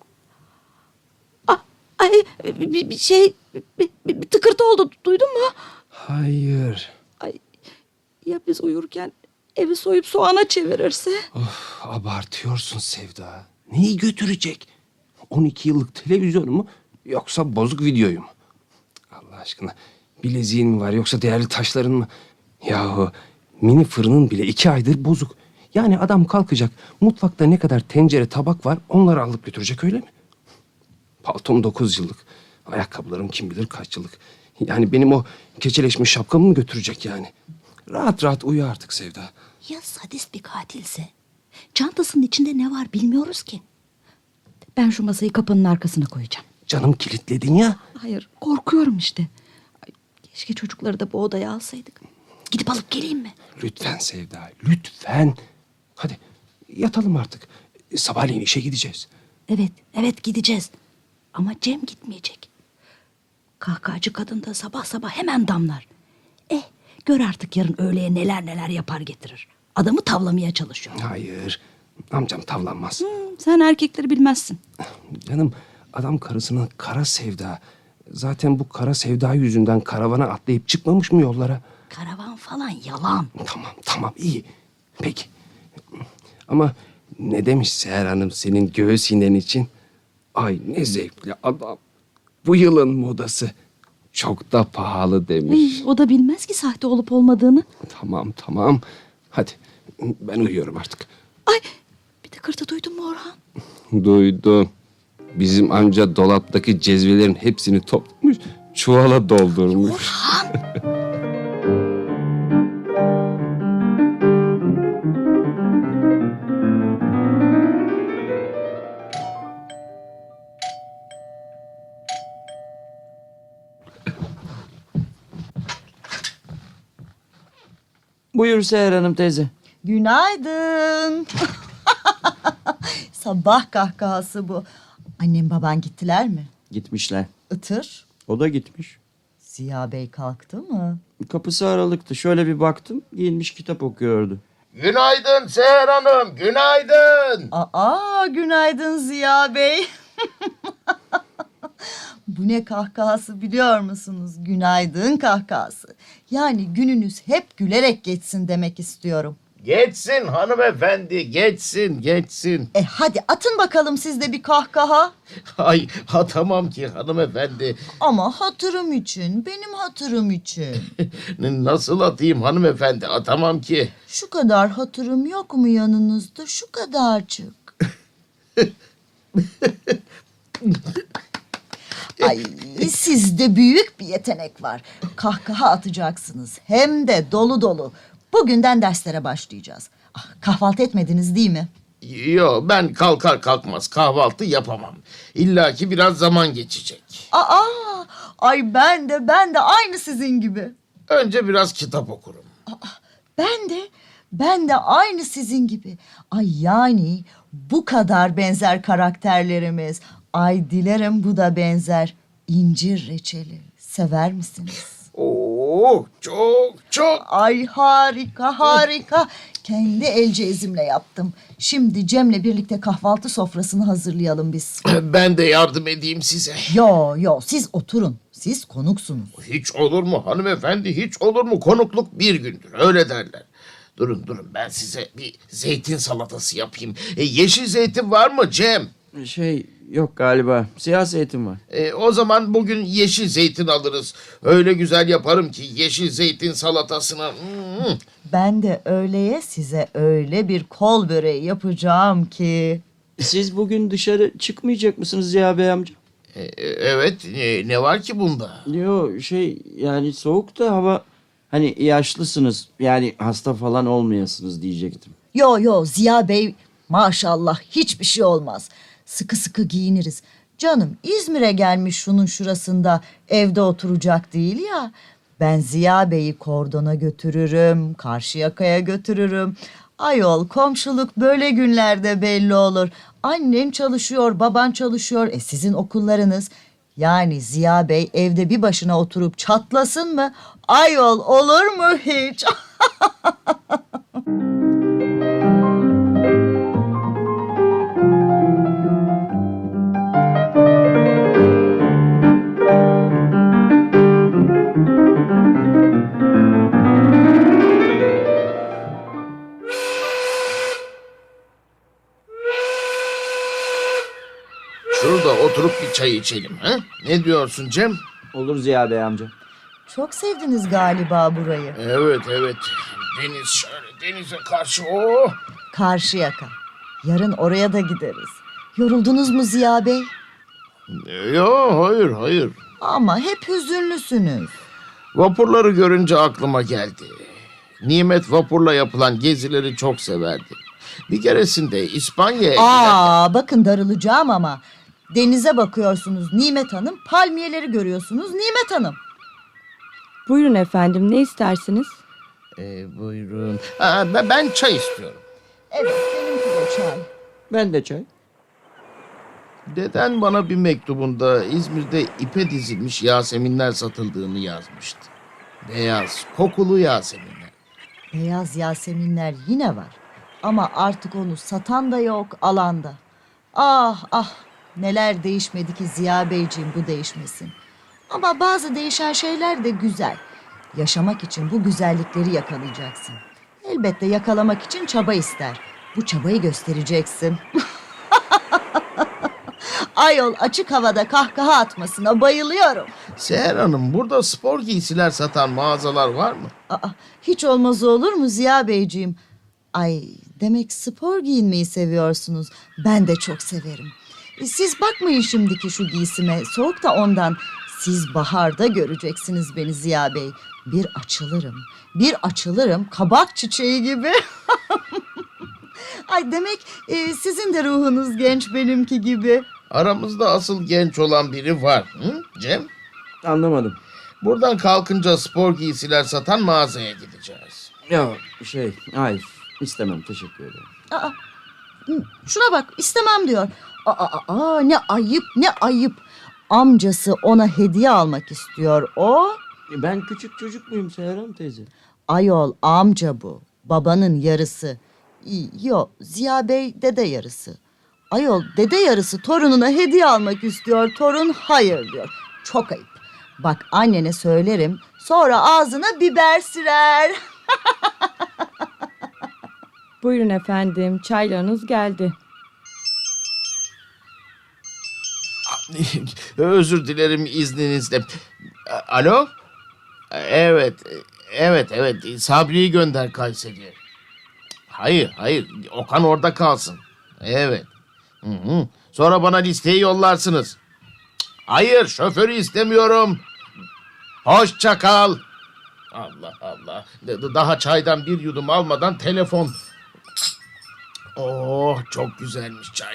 Bir tıkırtı oldu, duydun mu? Hayır. Ya biz uyurken evi soyup soğana çevirirse? Of, abartıyorsun Sevda. Neyi götürecek? 12 yıllık televizyonu mu yoksa bozuk videoyu mu? Allah aşkına, bileziğin mi var yoksa değerli taşların mı? Yahu mini fırının bile 2 aydır bozuk. Yani adam kalkacak, mutfakta ne kadar tencere tabak var onları alıp götürecek, öyle mi? Paltom 9 yıllık. Ayakkabılarım kim bilir kaç yıllık. Yani benim o keçeleşmiş şapkamı mı götürecek yani? Rahat rahat uyu artık Sevda. Ya sadist bir katilse? Çantasının içinde ne var bilmiyoruz ki. Ben şu masayı kapının arkasına koyacağım. Canım kilitledin ya. Hayır, korkuyorum işte. Ay, keşke çocukları da bu odaya alsaydık. Gidip alıp geleyim mi? Lütfen Sevda, lütfen. Hadi yatalım artık. Sabahleyin işe gideceğiz. Evet gideceğiz. Ama Cem gitmeyecek. Kahkahacı kadın da sabah sabah hemen damlar. Gör artık yarın öğleye neler yapar getirir. Adamı tavlamaya çalışıyor. Hayır, amcam tavlanmaz. Sen erkekleri bilmezsin. Canım, adam karısına kara sevda. Zaten bu kara sevda yüzünden karavana atlayıp çıkmamış mı yollara? Karavan falan yalan. Tamam iyi. Peki. Ama ne demiş Seher Hanım senin göğüs inen için? Ay ne zevkli adam. Bu yılın modası. Çok da pahalı demiş. O da bilmez ki sahte olup olmadığını. Tamam. Hadi ben uyuyorum artık. Ay, bir de kırtı duydun mu Orhan? Duydum. Bizim amca dolaptaki cezvelerin hepsini toplamış, çuvala doldurmuş. Orhan! Buyur Seher Hanım teyze. Günaydın. Sabah kahkahası bu. Annem baban gittiler mi? Gitmişler. Itır. O da gitmiş. Ziya Bey kalktı mı? Kapısı aralıktı. Şöyle bir baktım. Giyinmiş kitap okuyordu. Günaydın Seher Hanım, günaydın. Günaydın Ziya Bey. Bu ne kahkahası biliyor musunuz? Günaydın kahkahası. Yani gününüz hep gülerek geçsin demek istiyorum. Geçsin hanımefendi, geçsin. Hadi atın bakalım siz de bir kahkaha. Ay atamam ki hanımefendi. Ama hatırım için, benim hatırım için. Nasıl atayım hanımefendi, atamam ki. Şu kadar hatırım yok mu yanınızda? Şu kadarcık. Ay, sizde büyük bir yetenek var. Kahkaha atacaksınız. Hem de dolu dolu. Bugünden derslere başlayacağız. Kahvaltı etmediniz değil mi? Yo, ben kalkar kalkmaz kahvaltı yapamam. İlla ki biraz zaman geçecek. Ay ben de aynı sizin gibi. Önce biraz kitap okurum. Ben de aynı sizin gibi. Ay yani bu kadar benzer karakterlerimiz. Ay dilerim bu da benzer. İncir reçeli sever misiniz? Oo, çok. Ay harika. Kendi el cezimle yaptım. Şimdi Cem'le birlikte kahvaltı sofrasını hazırlayalım biz. Ben de yardım edeyim size. Yo siz oturun. Siz konuksunuz. Hiç olur mu hanımefendi, hiç olur mu? Konukluk bir gündür, öyle derler. Durun ben size bir zeytin salatası yapayım. Yeşil zeytin var mı Cem? Yok galiba. Siyah zeytin var. O zaman bugün yeşil zeytin alırız. Öyle güzel yaparım ki yeşil zeytin salatasını. Ben de öğleye size öyle bir kol böreği yapacağım ki. Siz bugün dışarı çıkmayacak mısınız Ziya Bey amca? Evet, ne var ki bunda? Yani soğuk da hava, hani yaşlısınız, yani hasta falan olmayasınız diyecektim. Yo Ziya Bey maşallah hiçbir şey olmaz. Sıkı sıkı giyiniriz. Canım İzmir'e gelmiş şunun şurasında evde oturacak değil ya. Ben Ziya Bey'i Kordon'a götürürüm, Karşıyaka'ya götürürüm. Ayol komşuluk böyle günlerde belli olur. Annen çalışıyor, baban çalışıyor. Sizin okullarınız. Yani Ziya Bey evde bir başına oturup çatlasın mı? Ayol olur mu hiç? Şurada oturup bir çay içelim. Ha? Ne diyorsun Cem? Olur Ziya Bey amca. Çok sevdiniz galiba burayı. Evet. Deniz şöyle, denize karşı. Oh! Karşıyaka. Yarın oraya da gideriz. Yoruldunuz mu Ziya Bey? Yo, hayır. Ama hep hüzünlüsünüz. Vapurları görünce aklıma geldi. Nimet vapurla yapılan gezileri çok severdi. Bir keresinde İspanya'ya giderken... Bakın darılacağım ama. Denize bakıyorsunuz Nimet Hanım, palmiyeleri görüyorsunuz Nimet Hanım. Buyurun efendim, ne istersiniz? Buyurun. Ben çay istiyorum. Evet, benimki de çay. Ben de çay. Deden bana bir mektubunda İzmir'de ipe dizilmiş Yaseminler satıldığını yazmıştı. Beyaz, kokulu Yaseminler. Beyaz Yaseminler yine var. Ama artık onu satan da yok, alan da. Ah, neler değişmedi ki Ziya Beyciğim bu değişmesin. Ama bazı değişen şeyler de güzel. Yaşamak için bu güzellikleri yakalayacaksın. Elbette yakalamak için çaba ister. Bu çabayı göstereceksin. Ayol açık havada kahkaha atmasına bayılıyorum. Seher Hanım, burada spor giysiler satan mağazalar var mı? Hiç olmaz olur mu Ziya Beyciğim? Ay demek spor giyinmeyi seviyorsunuz. Ben de çok severim. Siz bakmayın şimdiki şu giysime. Soğuk da ondan. Siz baharda göreceksiniz beni Ziya Bey. Bir açılırım kabak çiçeği gibi. Ay demek sizin de ruhunuz genç benimki gibi. Aramızda asıl genç olan biri var. Hı? Cem? Anlamadım. Buradan kalkınca spor giysiler satan mağazaya gideceğiz. Hayır, istemem, teşekkür ederim. Şuna bak istemem diyor. Ne ayıp. Amcası ona hediye almak istiyor o. Ben küçük çocuk muyum Seher Hanım teyze? Ayol amca bu. Babanın yarısı. Yok Ziya Bey dede yarısı. Ayol dede yarısı torununa hediye almak istiyor. Torun hayır diyor. Çok ayıp. Bak annene söylerim. Sonra ağzına biber sürer. Buyurun efendim, çaylarınız geldi. Özür dilerim izninizle. Alo? Evet, evet. Sabri'yi gönder Kayseri'ye. Hayır. Okan orada kalsın. Evet. Hı. Sonra bana listeyi yollarsınız. Hayır, şoförü istemiyorum. Hoşça kal. Allah Allah. Daha çaydan bir yudum almadan telefon. Oh, çok güzelmiş çay.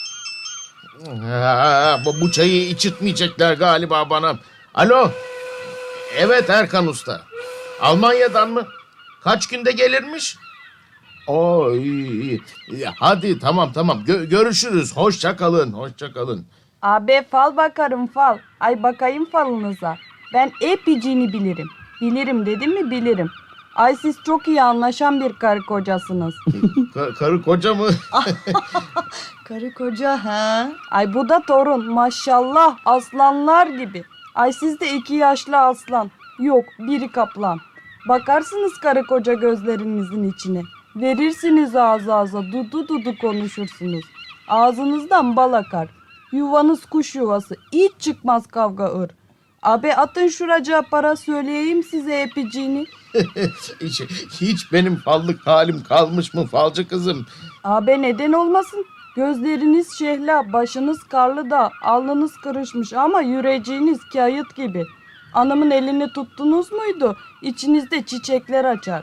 Bu çayı içirtmeyecekler galiba bana. Alo. Evet Erkan Usta. Almanya'dan mı? Kaç günde gelirmiş? Oo, iyi. Hadi tamam. Görüşürüz. Hoşça kalın. Abi fal bakarım fal. Ay bakayım falınıza. Ben epicini bilirim. Bilirim dedim mi bilirim. Ay siz çok iyi anlaşan bir karı kocasınız. Karı koca mı? Karı koca ha? Ay bu da torun maşallah aslanlar gibi. Ay siz de 2 yaşlı aslan. Yok biri kaplan. Bakarsınız karı koca gözlerinizin içine. Verirsiniz ağza dudu konuşursunuz. Ağzınızdan bal akar. Yuvanız kuş yuvası. Hiç çıkmaz kavga ır. Abi atın şuracağı para söyleyeyim size epiciğini. Hiç benim fallık halim kalmış mı falcı kızım? Abi neden olmasın? Gözleriniz şehla, başınız karlı da, alnınız kırışmış ama yüreceğiniz kağıt gibi. Anamın elini tuttunuz muydu? İçinizde çiçekler açar.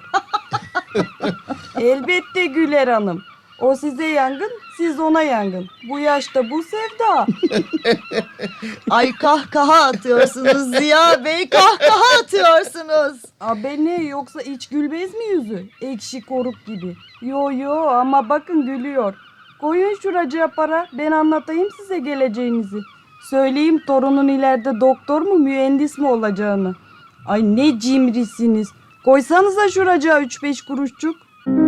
Elbette Güler Hanım. O size yangın, siz ona yangın. Bu yaşta bu sevda. Ay kahkaha atıyorsunuz Ziya Bey, kahkaha atıyorsunuz. Abi ne yoksa hiç gülmez mi yüzü? Ekşi koruk gibi. Yo ama bakın gülüyor. Koyun şuracıya para, ben anlatayım size geleceğinizi. Söyleyeyim torunun ileride doktor mu mühendis mi olacağını. Ay ne cimrisiniz. Koysanıza şuracıya 3-5 kuruşçuk.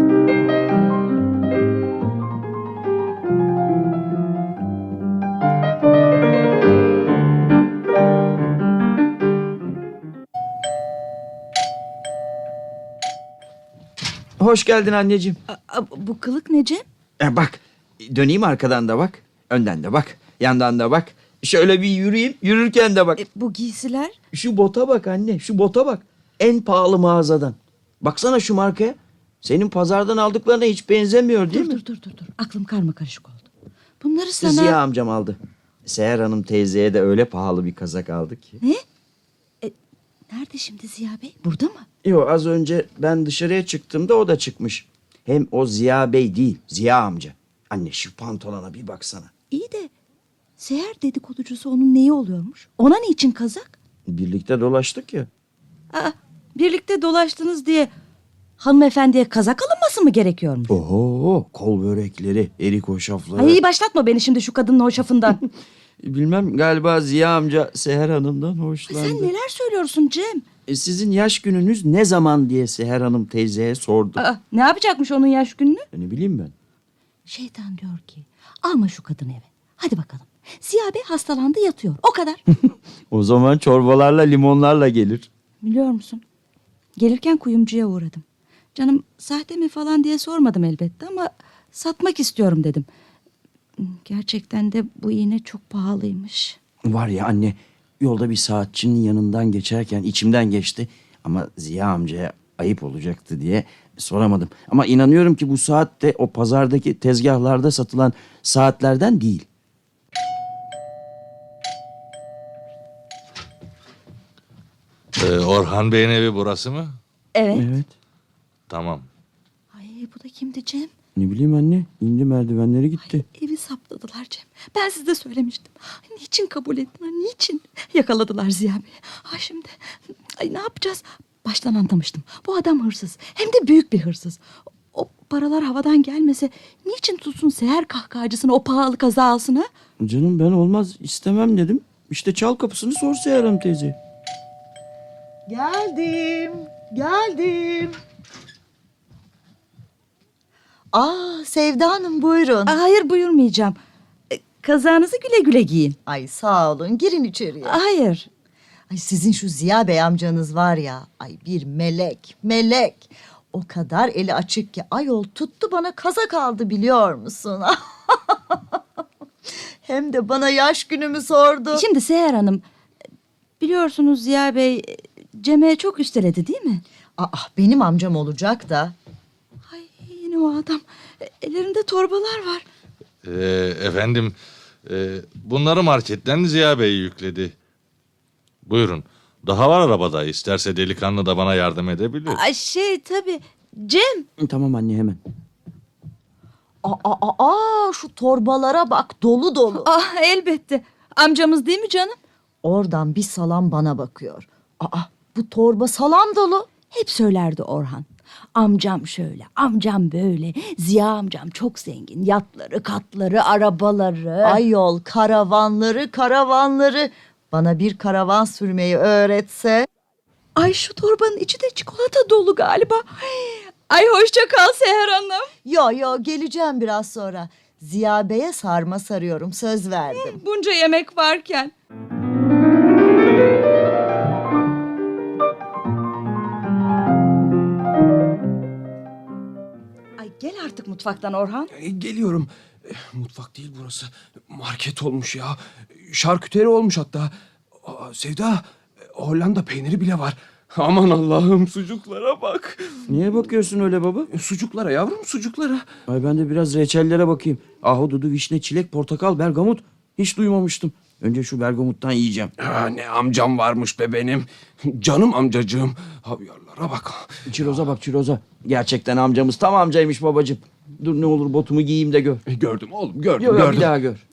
Hoş geldin anneciğim. Bu kılık ne Cem? Bak, döneyim arkadan da bak. Önden de bak. Yandan da bak. Şöyle bir yürüyeyim. Yürürken de bak. Bu giysiler? Şu bota bak anne. Şu bota bak. En pahalı mağazadan. Baksana şu markaya. Senin pazardan aldıklarına hiç benzemiyor değil mi? Dur. Aklım karmakarışık oldu. Bunları sana... Ziya amcam aldı. Seher Hanım teyzeye de öyle pahalı bir kazak aldı ki. Ne? Nerede şimdi Ziya Bey? Burada mı? Yok, az önce ben dışarıya çıktığımda o da çıkmış. Hem o Ziya Bey değil, Ziya amca. Anne şu pantolona bir baksana. İyi de Seher dedikoducusu onun neyi oluyormuş? Ona niçin kazak? Birlikte dolaştık ya. Birlikte dolaştınız diye hanımefendiye kazak alınması mı gerekiyormuş? Oho, kol börekleri, erik hoşafları. Ay başlatma beni şimdi şu kadının hoşafından. Bilmem, galiba Ziya amca Seher Hanım'dan hoşlandı. Sen neler söylüyorsun Cem? Sizin yaş gününüz ne zaman diye Seher Hanım teyzeye sordu. Ne yapacakmış onun yaş gününü? Ne bileyim ben. Şeytan diyor ki alma şu kadını eve. Hadi bakalım. Ziya Bey hastalandı yatıyor. O kadar. O zaman çorbalarla limonlarla gelir. Biliyor musun? Gelirken kuyumcuya uğradım. Canım sahte mi falan diye sormadım elbette ama satmak istiyorum dedim. Gerçekten de bu iğne çok pahalıymış. Var ya anne, yolda bir saatçinin yanından geçerken içimden geçti. Ama Ziya amcaya ayıp olacaktı diye soramadım. Ama inanıyorum ki bu saat de o pazardaki tezgahlarda satılan saatlerden değil. Orhan Bey'in evi burası mı? Evet. Evet. Tamam. Ay bu da kimdi Cem? Ne bileyim anne, indi merdivenleri gitti. Evi sapladılar Cem. Ben size söylemiştim. Ay, niçin kabul ettiler? Niçin? Yakaladılar Ziya Bey. Ay şimdi ne yapacağız? Baştan anlamıştım. Bu adam hırsız. Hem de büyük bir hırsız. O paralar havadan gelmese niçin tutsun Seher kahkahacısını o pahalı kaza alsın ha? Canım ben olmaz istemem dedim. İşte çal kapısını sor Seher Hanım teyze. Geldim. Sevda Hanım buyurun. Hayır buyurmayacağım. Kazağınızı güle güle giyin. Ay sağ olun, girin içeriye. Hayır. Ay sizin şu Ziya Bey amcanız var ya, ay bir melek. O kadar eli açık ki ayol tuttu bana kazak aldı biliyor musun? Hem de bana yaş günümü sordu. Şimdi Seher Hanım, biliyorsunuz Ziya Bey Cem'e çok üsteledi değil mi? Benim amcam olacak da. Ay yine o adam. Ellerinde torbalar var. Efendim, bunları marketten Ziya Bey yükledi. Buyurun. Daha var arabada. İsterse delikanlı da bana yardım edebilir. Ay tabii. Cem. Tamam anne, hemen. Şu torbalara bak, dolu dolu. Elbette. Amcamız değil mi canım? Oradan bir salam bana bakıyor. Bu torba salam dolu. Hep söylerdi Orhan. Amcam şöyle, amcam böyle. Ziya amcam çok zengin. Yatları, katları, arabaları. Ayol karavanları. Bana bir karavan sürmeyi öğretse. Ay şu torbanın içi de çikolata dolu galiba. Ay hoşça kal Seher Hanım. Yo geleceğim biraz sonra. Ziya Bey'e sarma sarıyorum, söz verdim. Bunca yemek varken. Ay gel artık mutfaktan Orhan. Geliyorum. Mutfak değil burası. Market olmuş ya. Şarküteri olmuş hatta. Sevda, Hollanda peyniri bile var. Aman Allah'ım, sucuklara bak. Niye bakıyorsun öyle baba? Sucuklara yavrum, sucuklara. Ay ben de biraz reçellere bakayım. Ahududu, vişne, çilek, portakal, bergamot. Hiç duymamıştım. Önce şu bergamottan yiyeceğim. Ne amcam varmış be benim. Canım amcacığım. Havyarlara bak. Çiroza bak, çiroza. Gerçekten amcamız tam amcaymış babacığım. Dur ne olur botumu giyeyim de gör. Gördüm oğlum, gördüm. Yok bir daha gör.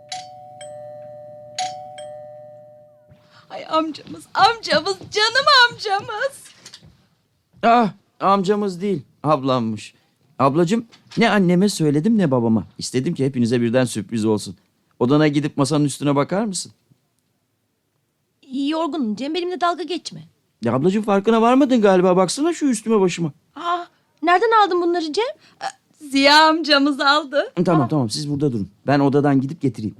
Ay amcamız, canım amcamız. Amcamız değil, ablammış. Ablacığım, ne anneme söyledim ne babama. İstedim ki hepinize birden sürpriz olsun. Odana gidip masanın üstüne bakar mısın? Yorgunum Cem, benimle dalga geçme. Ya ablacığım, farkına varmadın galiba. Baksana şu üstüme başıma. Nereden aldın bunları Cem? Ziya amcamız aldı. Tamam siz burada durun. Ben odadan gidip getireyim.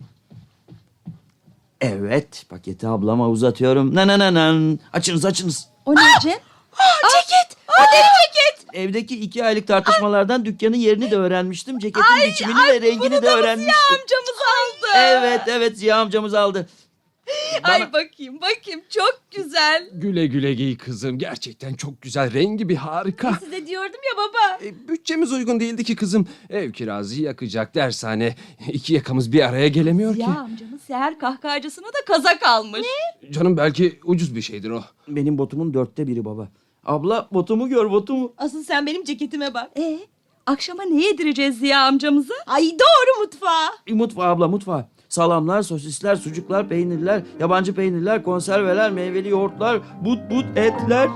Evet, paketi ablama uzatıyorum. Nan. Açınız. O ne Cem? Ceket! O deri ceket! Evdeki 2 aylık tartışmalardan dükkanın yerini de öğrenmiştim. Ceketin biçimini ve rengini de öğrenmiştim. Amcamız aldı. Evet Ziya amcamız aldı. Ay bakayım çok güzel. Güle güle giy kızım. Gerçekten çok güzel. Rengi bir harika. Size diyordum ya baba. Bütçemiz uygun değildi ki kızım. Ev kirası yakacak, dershane. 2 yakamız bir araya gelemiyor ki. Ziya amcamız Seher kahkahacısına da kazak almış. Canım belki ucuz bir şeydir o. Benim botumun 1/4 baba. Abla botumu gör, botumu. Asıl sen benim ceketime bak. Akşama ne yedireceğiz Ziya amcamıza? Ay doğru mutfağa. Mutfağa abla, mutfağa. Salamlar, sosisler, sucuklar, peynirler, yabancı peynirler, konserveler, meyveli yoğurtlar, but etler.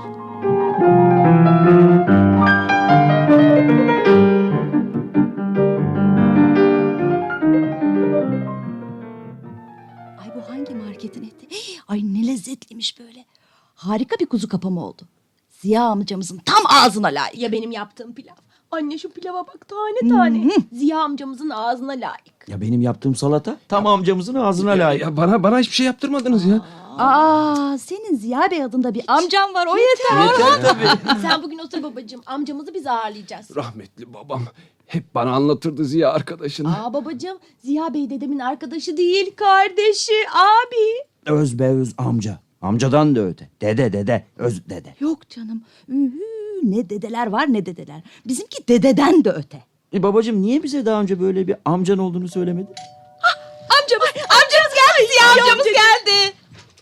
Ay bu hangi marketin eti? Ay ne lezzetliymiş böyle. Harika bir kuzu kapama oldu. Ziya amcamızın tam ağzına layık. Ya benim yaptığım pilav. Anne şu pilava bak tane. Ziya amcamızın ağzına layık. Ya benim yaptığım salata tam amcamızın ağzına layık. Ya bana hiçbir şey yaptırmadınız ya. Senin Ziya Bey adında bir amcam var, o yeter. Yeter tabii. Sen bugün otur babacığım. Amcamızı biz ağırlayacağız. Rahmetli babam hep bana anlatırdı Ziya arkadaşını. Babacığım, Ziya Bey dedemin arkadaşı değil, kardeşi, abi. Öz be öz amca. Amcadan da öte. Dede. Öz dede. Yok canım. Ne dedeler var ne dedeler. Bizimki dededen de öte. Babacığım niye bize daha önce böyle bir amcan olduğunu söylemedin? Amcamız geldi. Ziya amcamız geldi.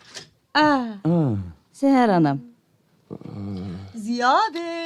Seher Hanım. Ziya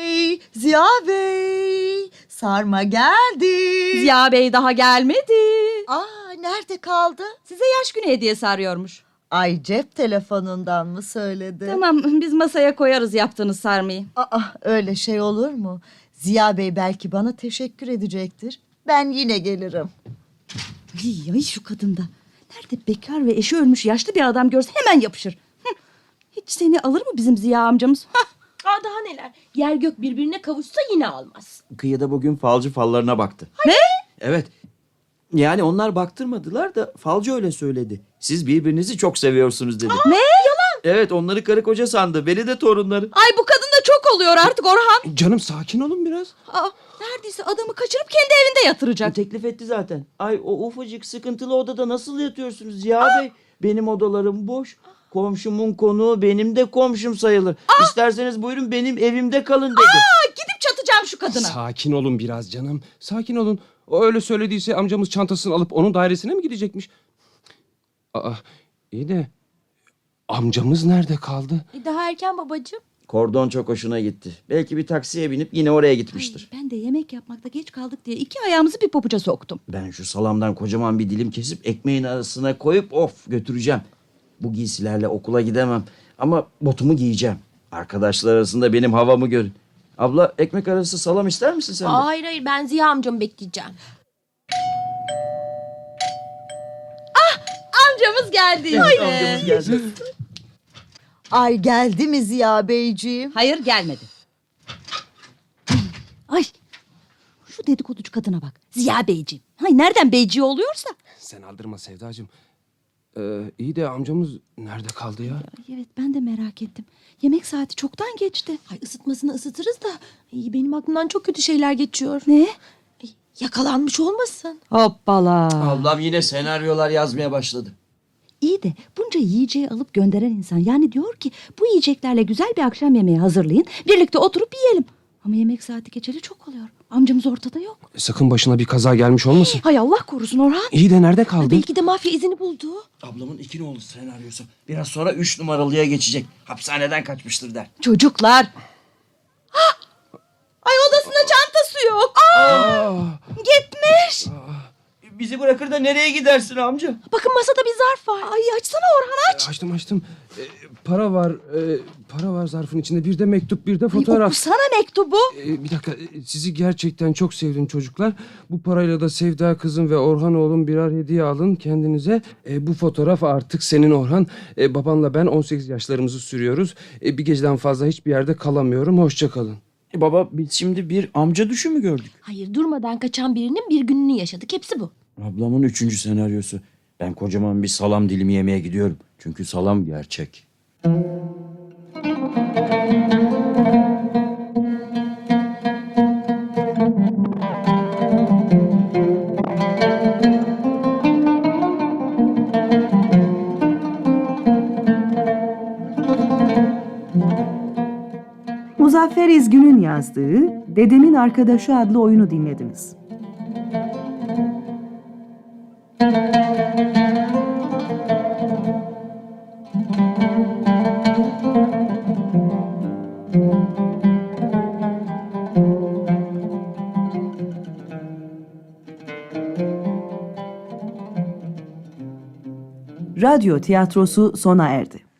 Bey, sarma geldi. Ziya Bey daha gelmedi. Nerede kaldı? Size yaş günü hediyesi arıyormuş. Ay cep telefonundan mı söyledi? Tamam biz masaya koyarız yaptığınız sarmayı. Öyle şey olur mu? Ziya Bey belki bana teşekkür edecektir. Ben yine gelirim. Ay şu kadında. Nerede bekar ve eşi ölmüş yaşlı bir adam görse hemen yapışır. Hiç seni alır mı bizim Ziya amcamız? Daha neler. Yer gök birbirine kavuşsa yine almaz. Kıyıda bugün falcı fallarına baktı. Ne? Evet. Yani onlar baktırmadılar da falcı öyle söyledi. Siz birbirinizi çok seviyorsunuz dedi. Ne? Yalan. Evet, onları karı koca sandı. Beni de torunları. Ay bu kadın da çok oluyor artık Orhan. Canım sakin olun biraz. Aa, neredeyse adamı kaçırıp kendi evinde yatıracak. Teklif etti zaten. Ay o ufacık sıkıntılı odada nasıl yatıyorsunuz Ziya Bey? Benim odalarım boş. Komşumun konuğu benim de komşum sayılır. İsterseniz buyurun benim evimde kalın dedi. Gidip çatacağım şu kadına. Sakin olun biraz canım. Sakin olun. O öyle söylediyse amcamız çantasını alıp onun dairesine mi gidecekmiş? Aa, iyi de amcamız nerede kaldı? Daha erken babacığım. Kordon çok hoşuna gitti. Belki bir taksiye binip yine oraya gitmiştir. Ben de yemek yapmakta geç kaldık diye 2 ayağımızı bir pabuca soktum. Ben şu salamdan kocaman bir dilim kesip ekmeğin arasına koyup götüreceğim. Bu giysilerle okula gidemem. Ama botumu giyeceğim. Arkadaşlar arasında benim havamı görün. Abla ekmek arası salam ister misin sen de? Hayır hayır, ben Ziya amcamı bekleyeceğim. Amcamız geldi. Evet, amcamız geldi. Ay geldi mi Ziya Beyciğim? Hayır gelmedi. Ay şu dedikoducu kadına bak. Ziya Beyciğim. Hay nereden beyciği oluyorsa. Sen aldırma Sevdacığım. İyi de amcamız nerede kaldı ya? Ay, evet ben de merak ettim. Yemek saati çoktan geçti. Ay ısıtmasını ısıtırız da benim aklımdan çok kötü şeyler geçiyor. Ne? Yakalanmış olmasın? Hoppala. Ablam yine senaryolar yazmaya başladı. İyi de bunca yiyeceği alıp gönderen insan yani diyor ki bu yiyeceklerle güzel bir akşam yemeği hazırlayın. Birlikte oturup yiyelim. Ama yemek saati geçeli çok oluyor. Amcamız ortada yok. Sakın başına bir kaza gelmiş olmasın. Hay Allah korusun Orhan. İyi de nerede kaldı? Belki de mafya izini buldu. Ablamın 2 nolu senaryosu. Biraz sonra 3 numaralıya geçecek. Hapishaneden kaçmıştır der. Çocuklar. Hah! Ay odasında çantası yok. Gitmiş. Bizi bırakır da nereye gidersin amca? Bakın masada bir zarf var. Ay açsana Orhan aç. Açtım. Para var. Para var zarfın içinde. Bir de mektup, bir de Ay, fotoğraf. okusana mektubu. Bir dakika. Sizi gerçekten çok sevdim çocuklar. Bu parayla da Sevda kızım ve Orhan oğlum birer hediye alın kendinize. Bu fotoğraf artık senin Orhan. Babanla ben 18 yaşlarımızı sürüyoruz. Bir geceden fazla hiçbir yerde kalamıyorum. Hoşça kalın. Baba biz şimdi bir amca düşü mü gördük? Hayır, durmadan kaçan birinin bir gününü yaşadık. Hepsi bu. Ablamın 3. senaryosu. Ben kocaman bir salam dilimi yemeye gidiyorum. Çünkü salam gerçek. Muzaffer İzgün'ün yazdığı Dedemin Arkadaşı adlı oyunu dinlediniz. Radyo tiyatrosu sona erdi.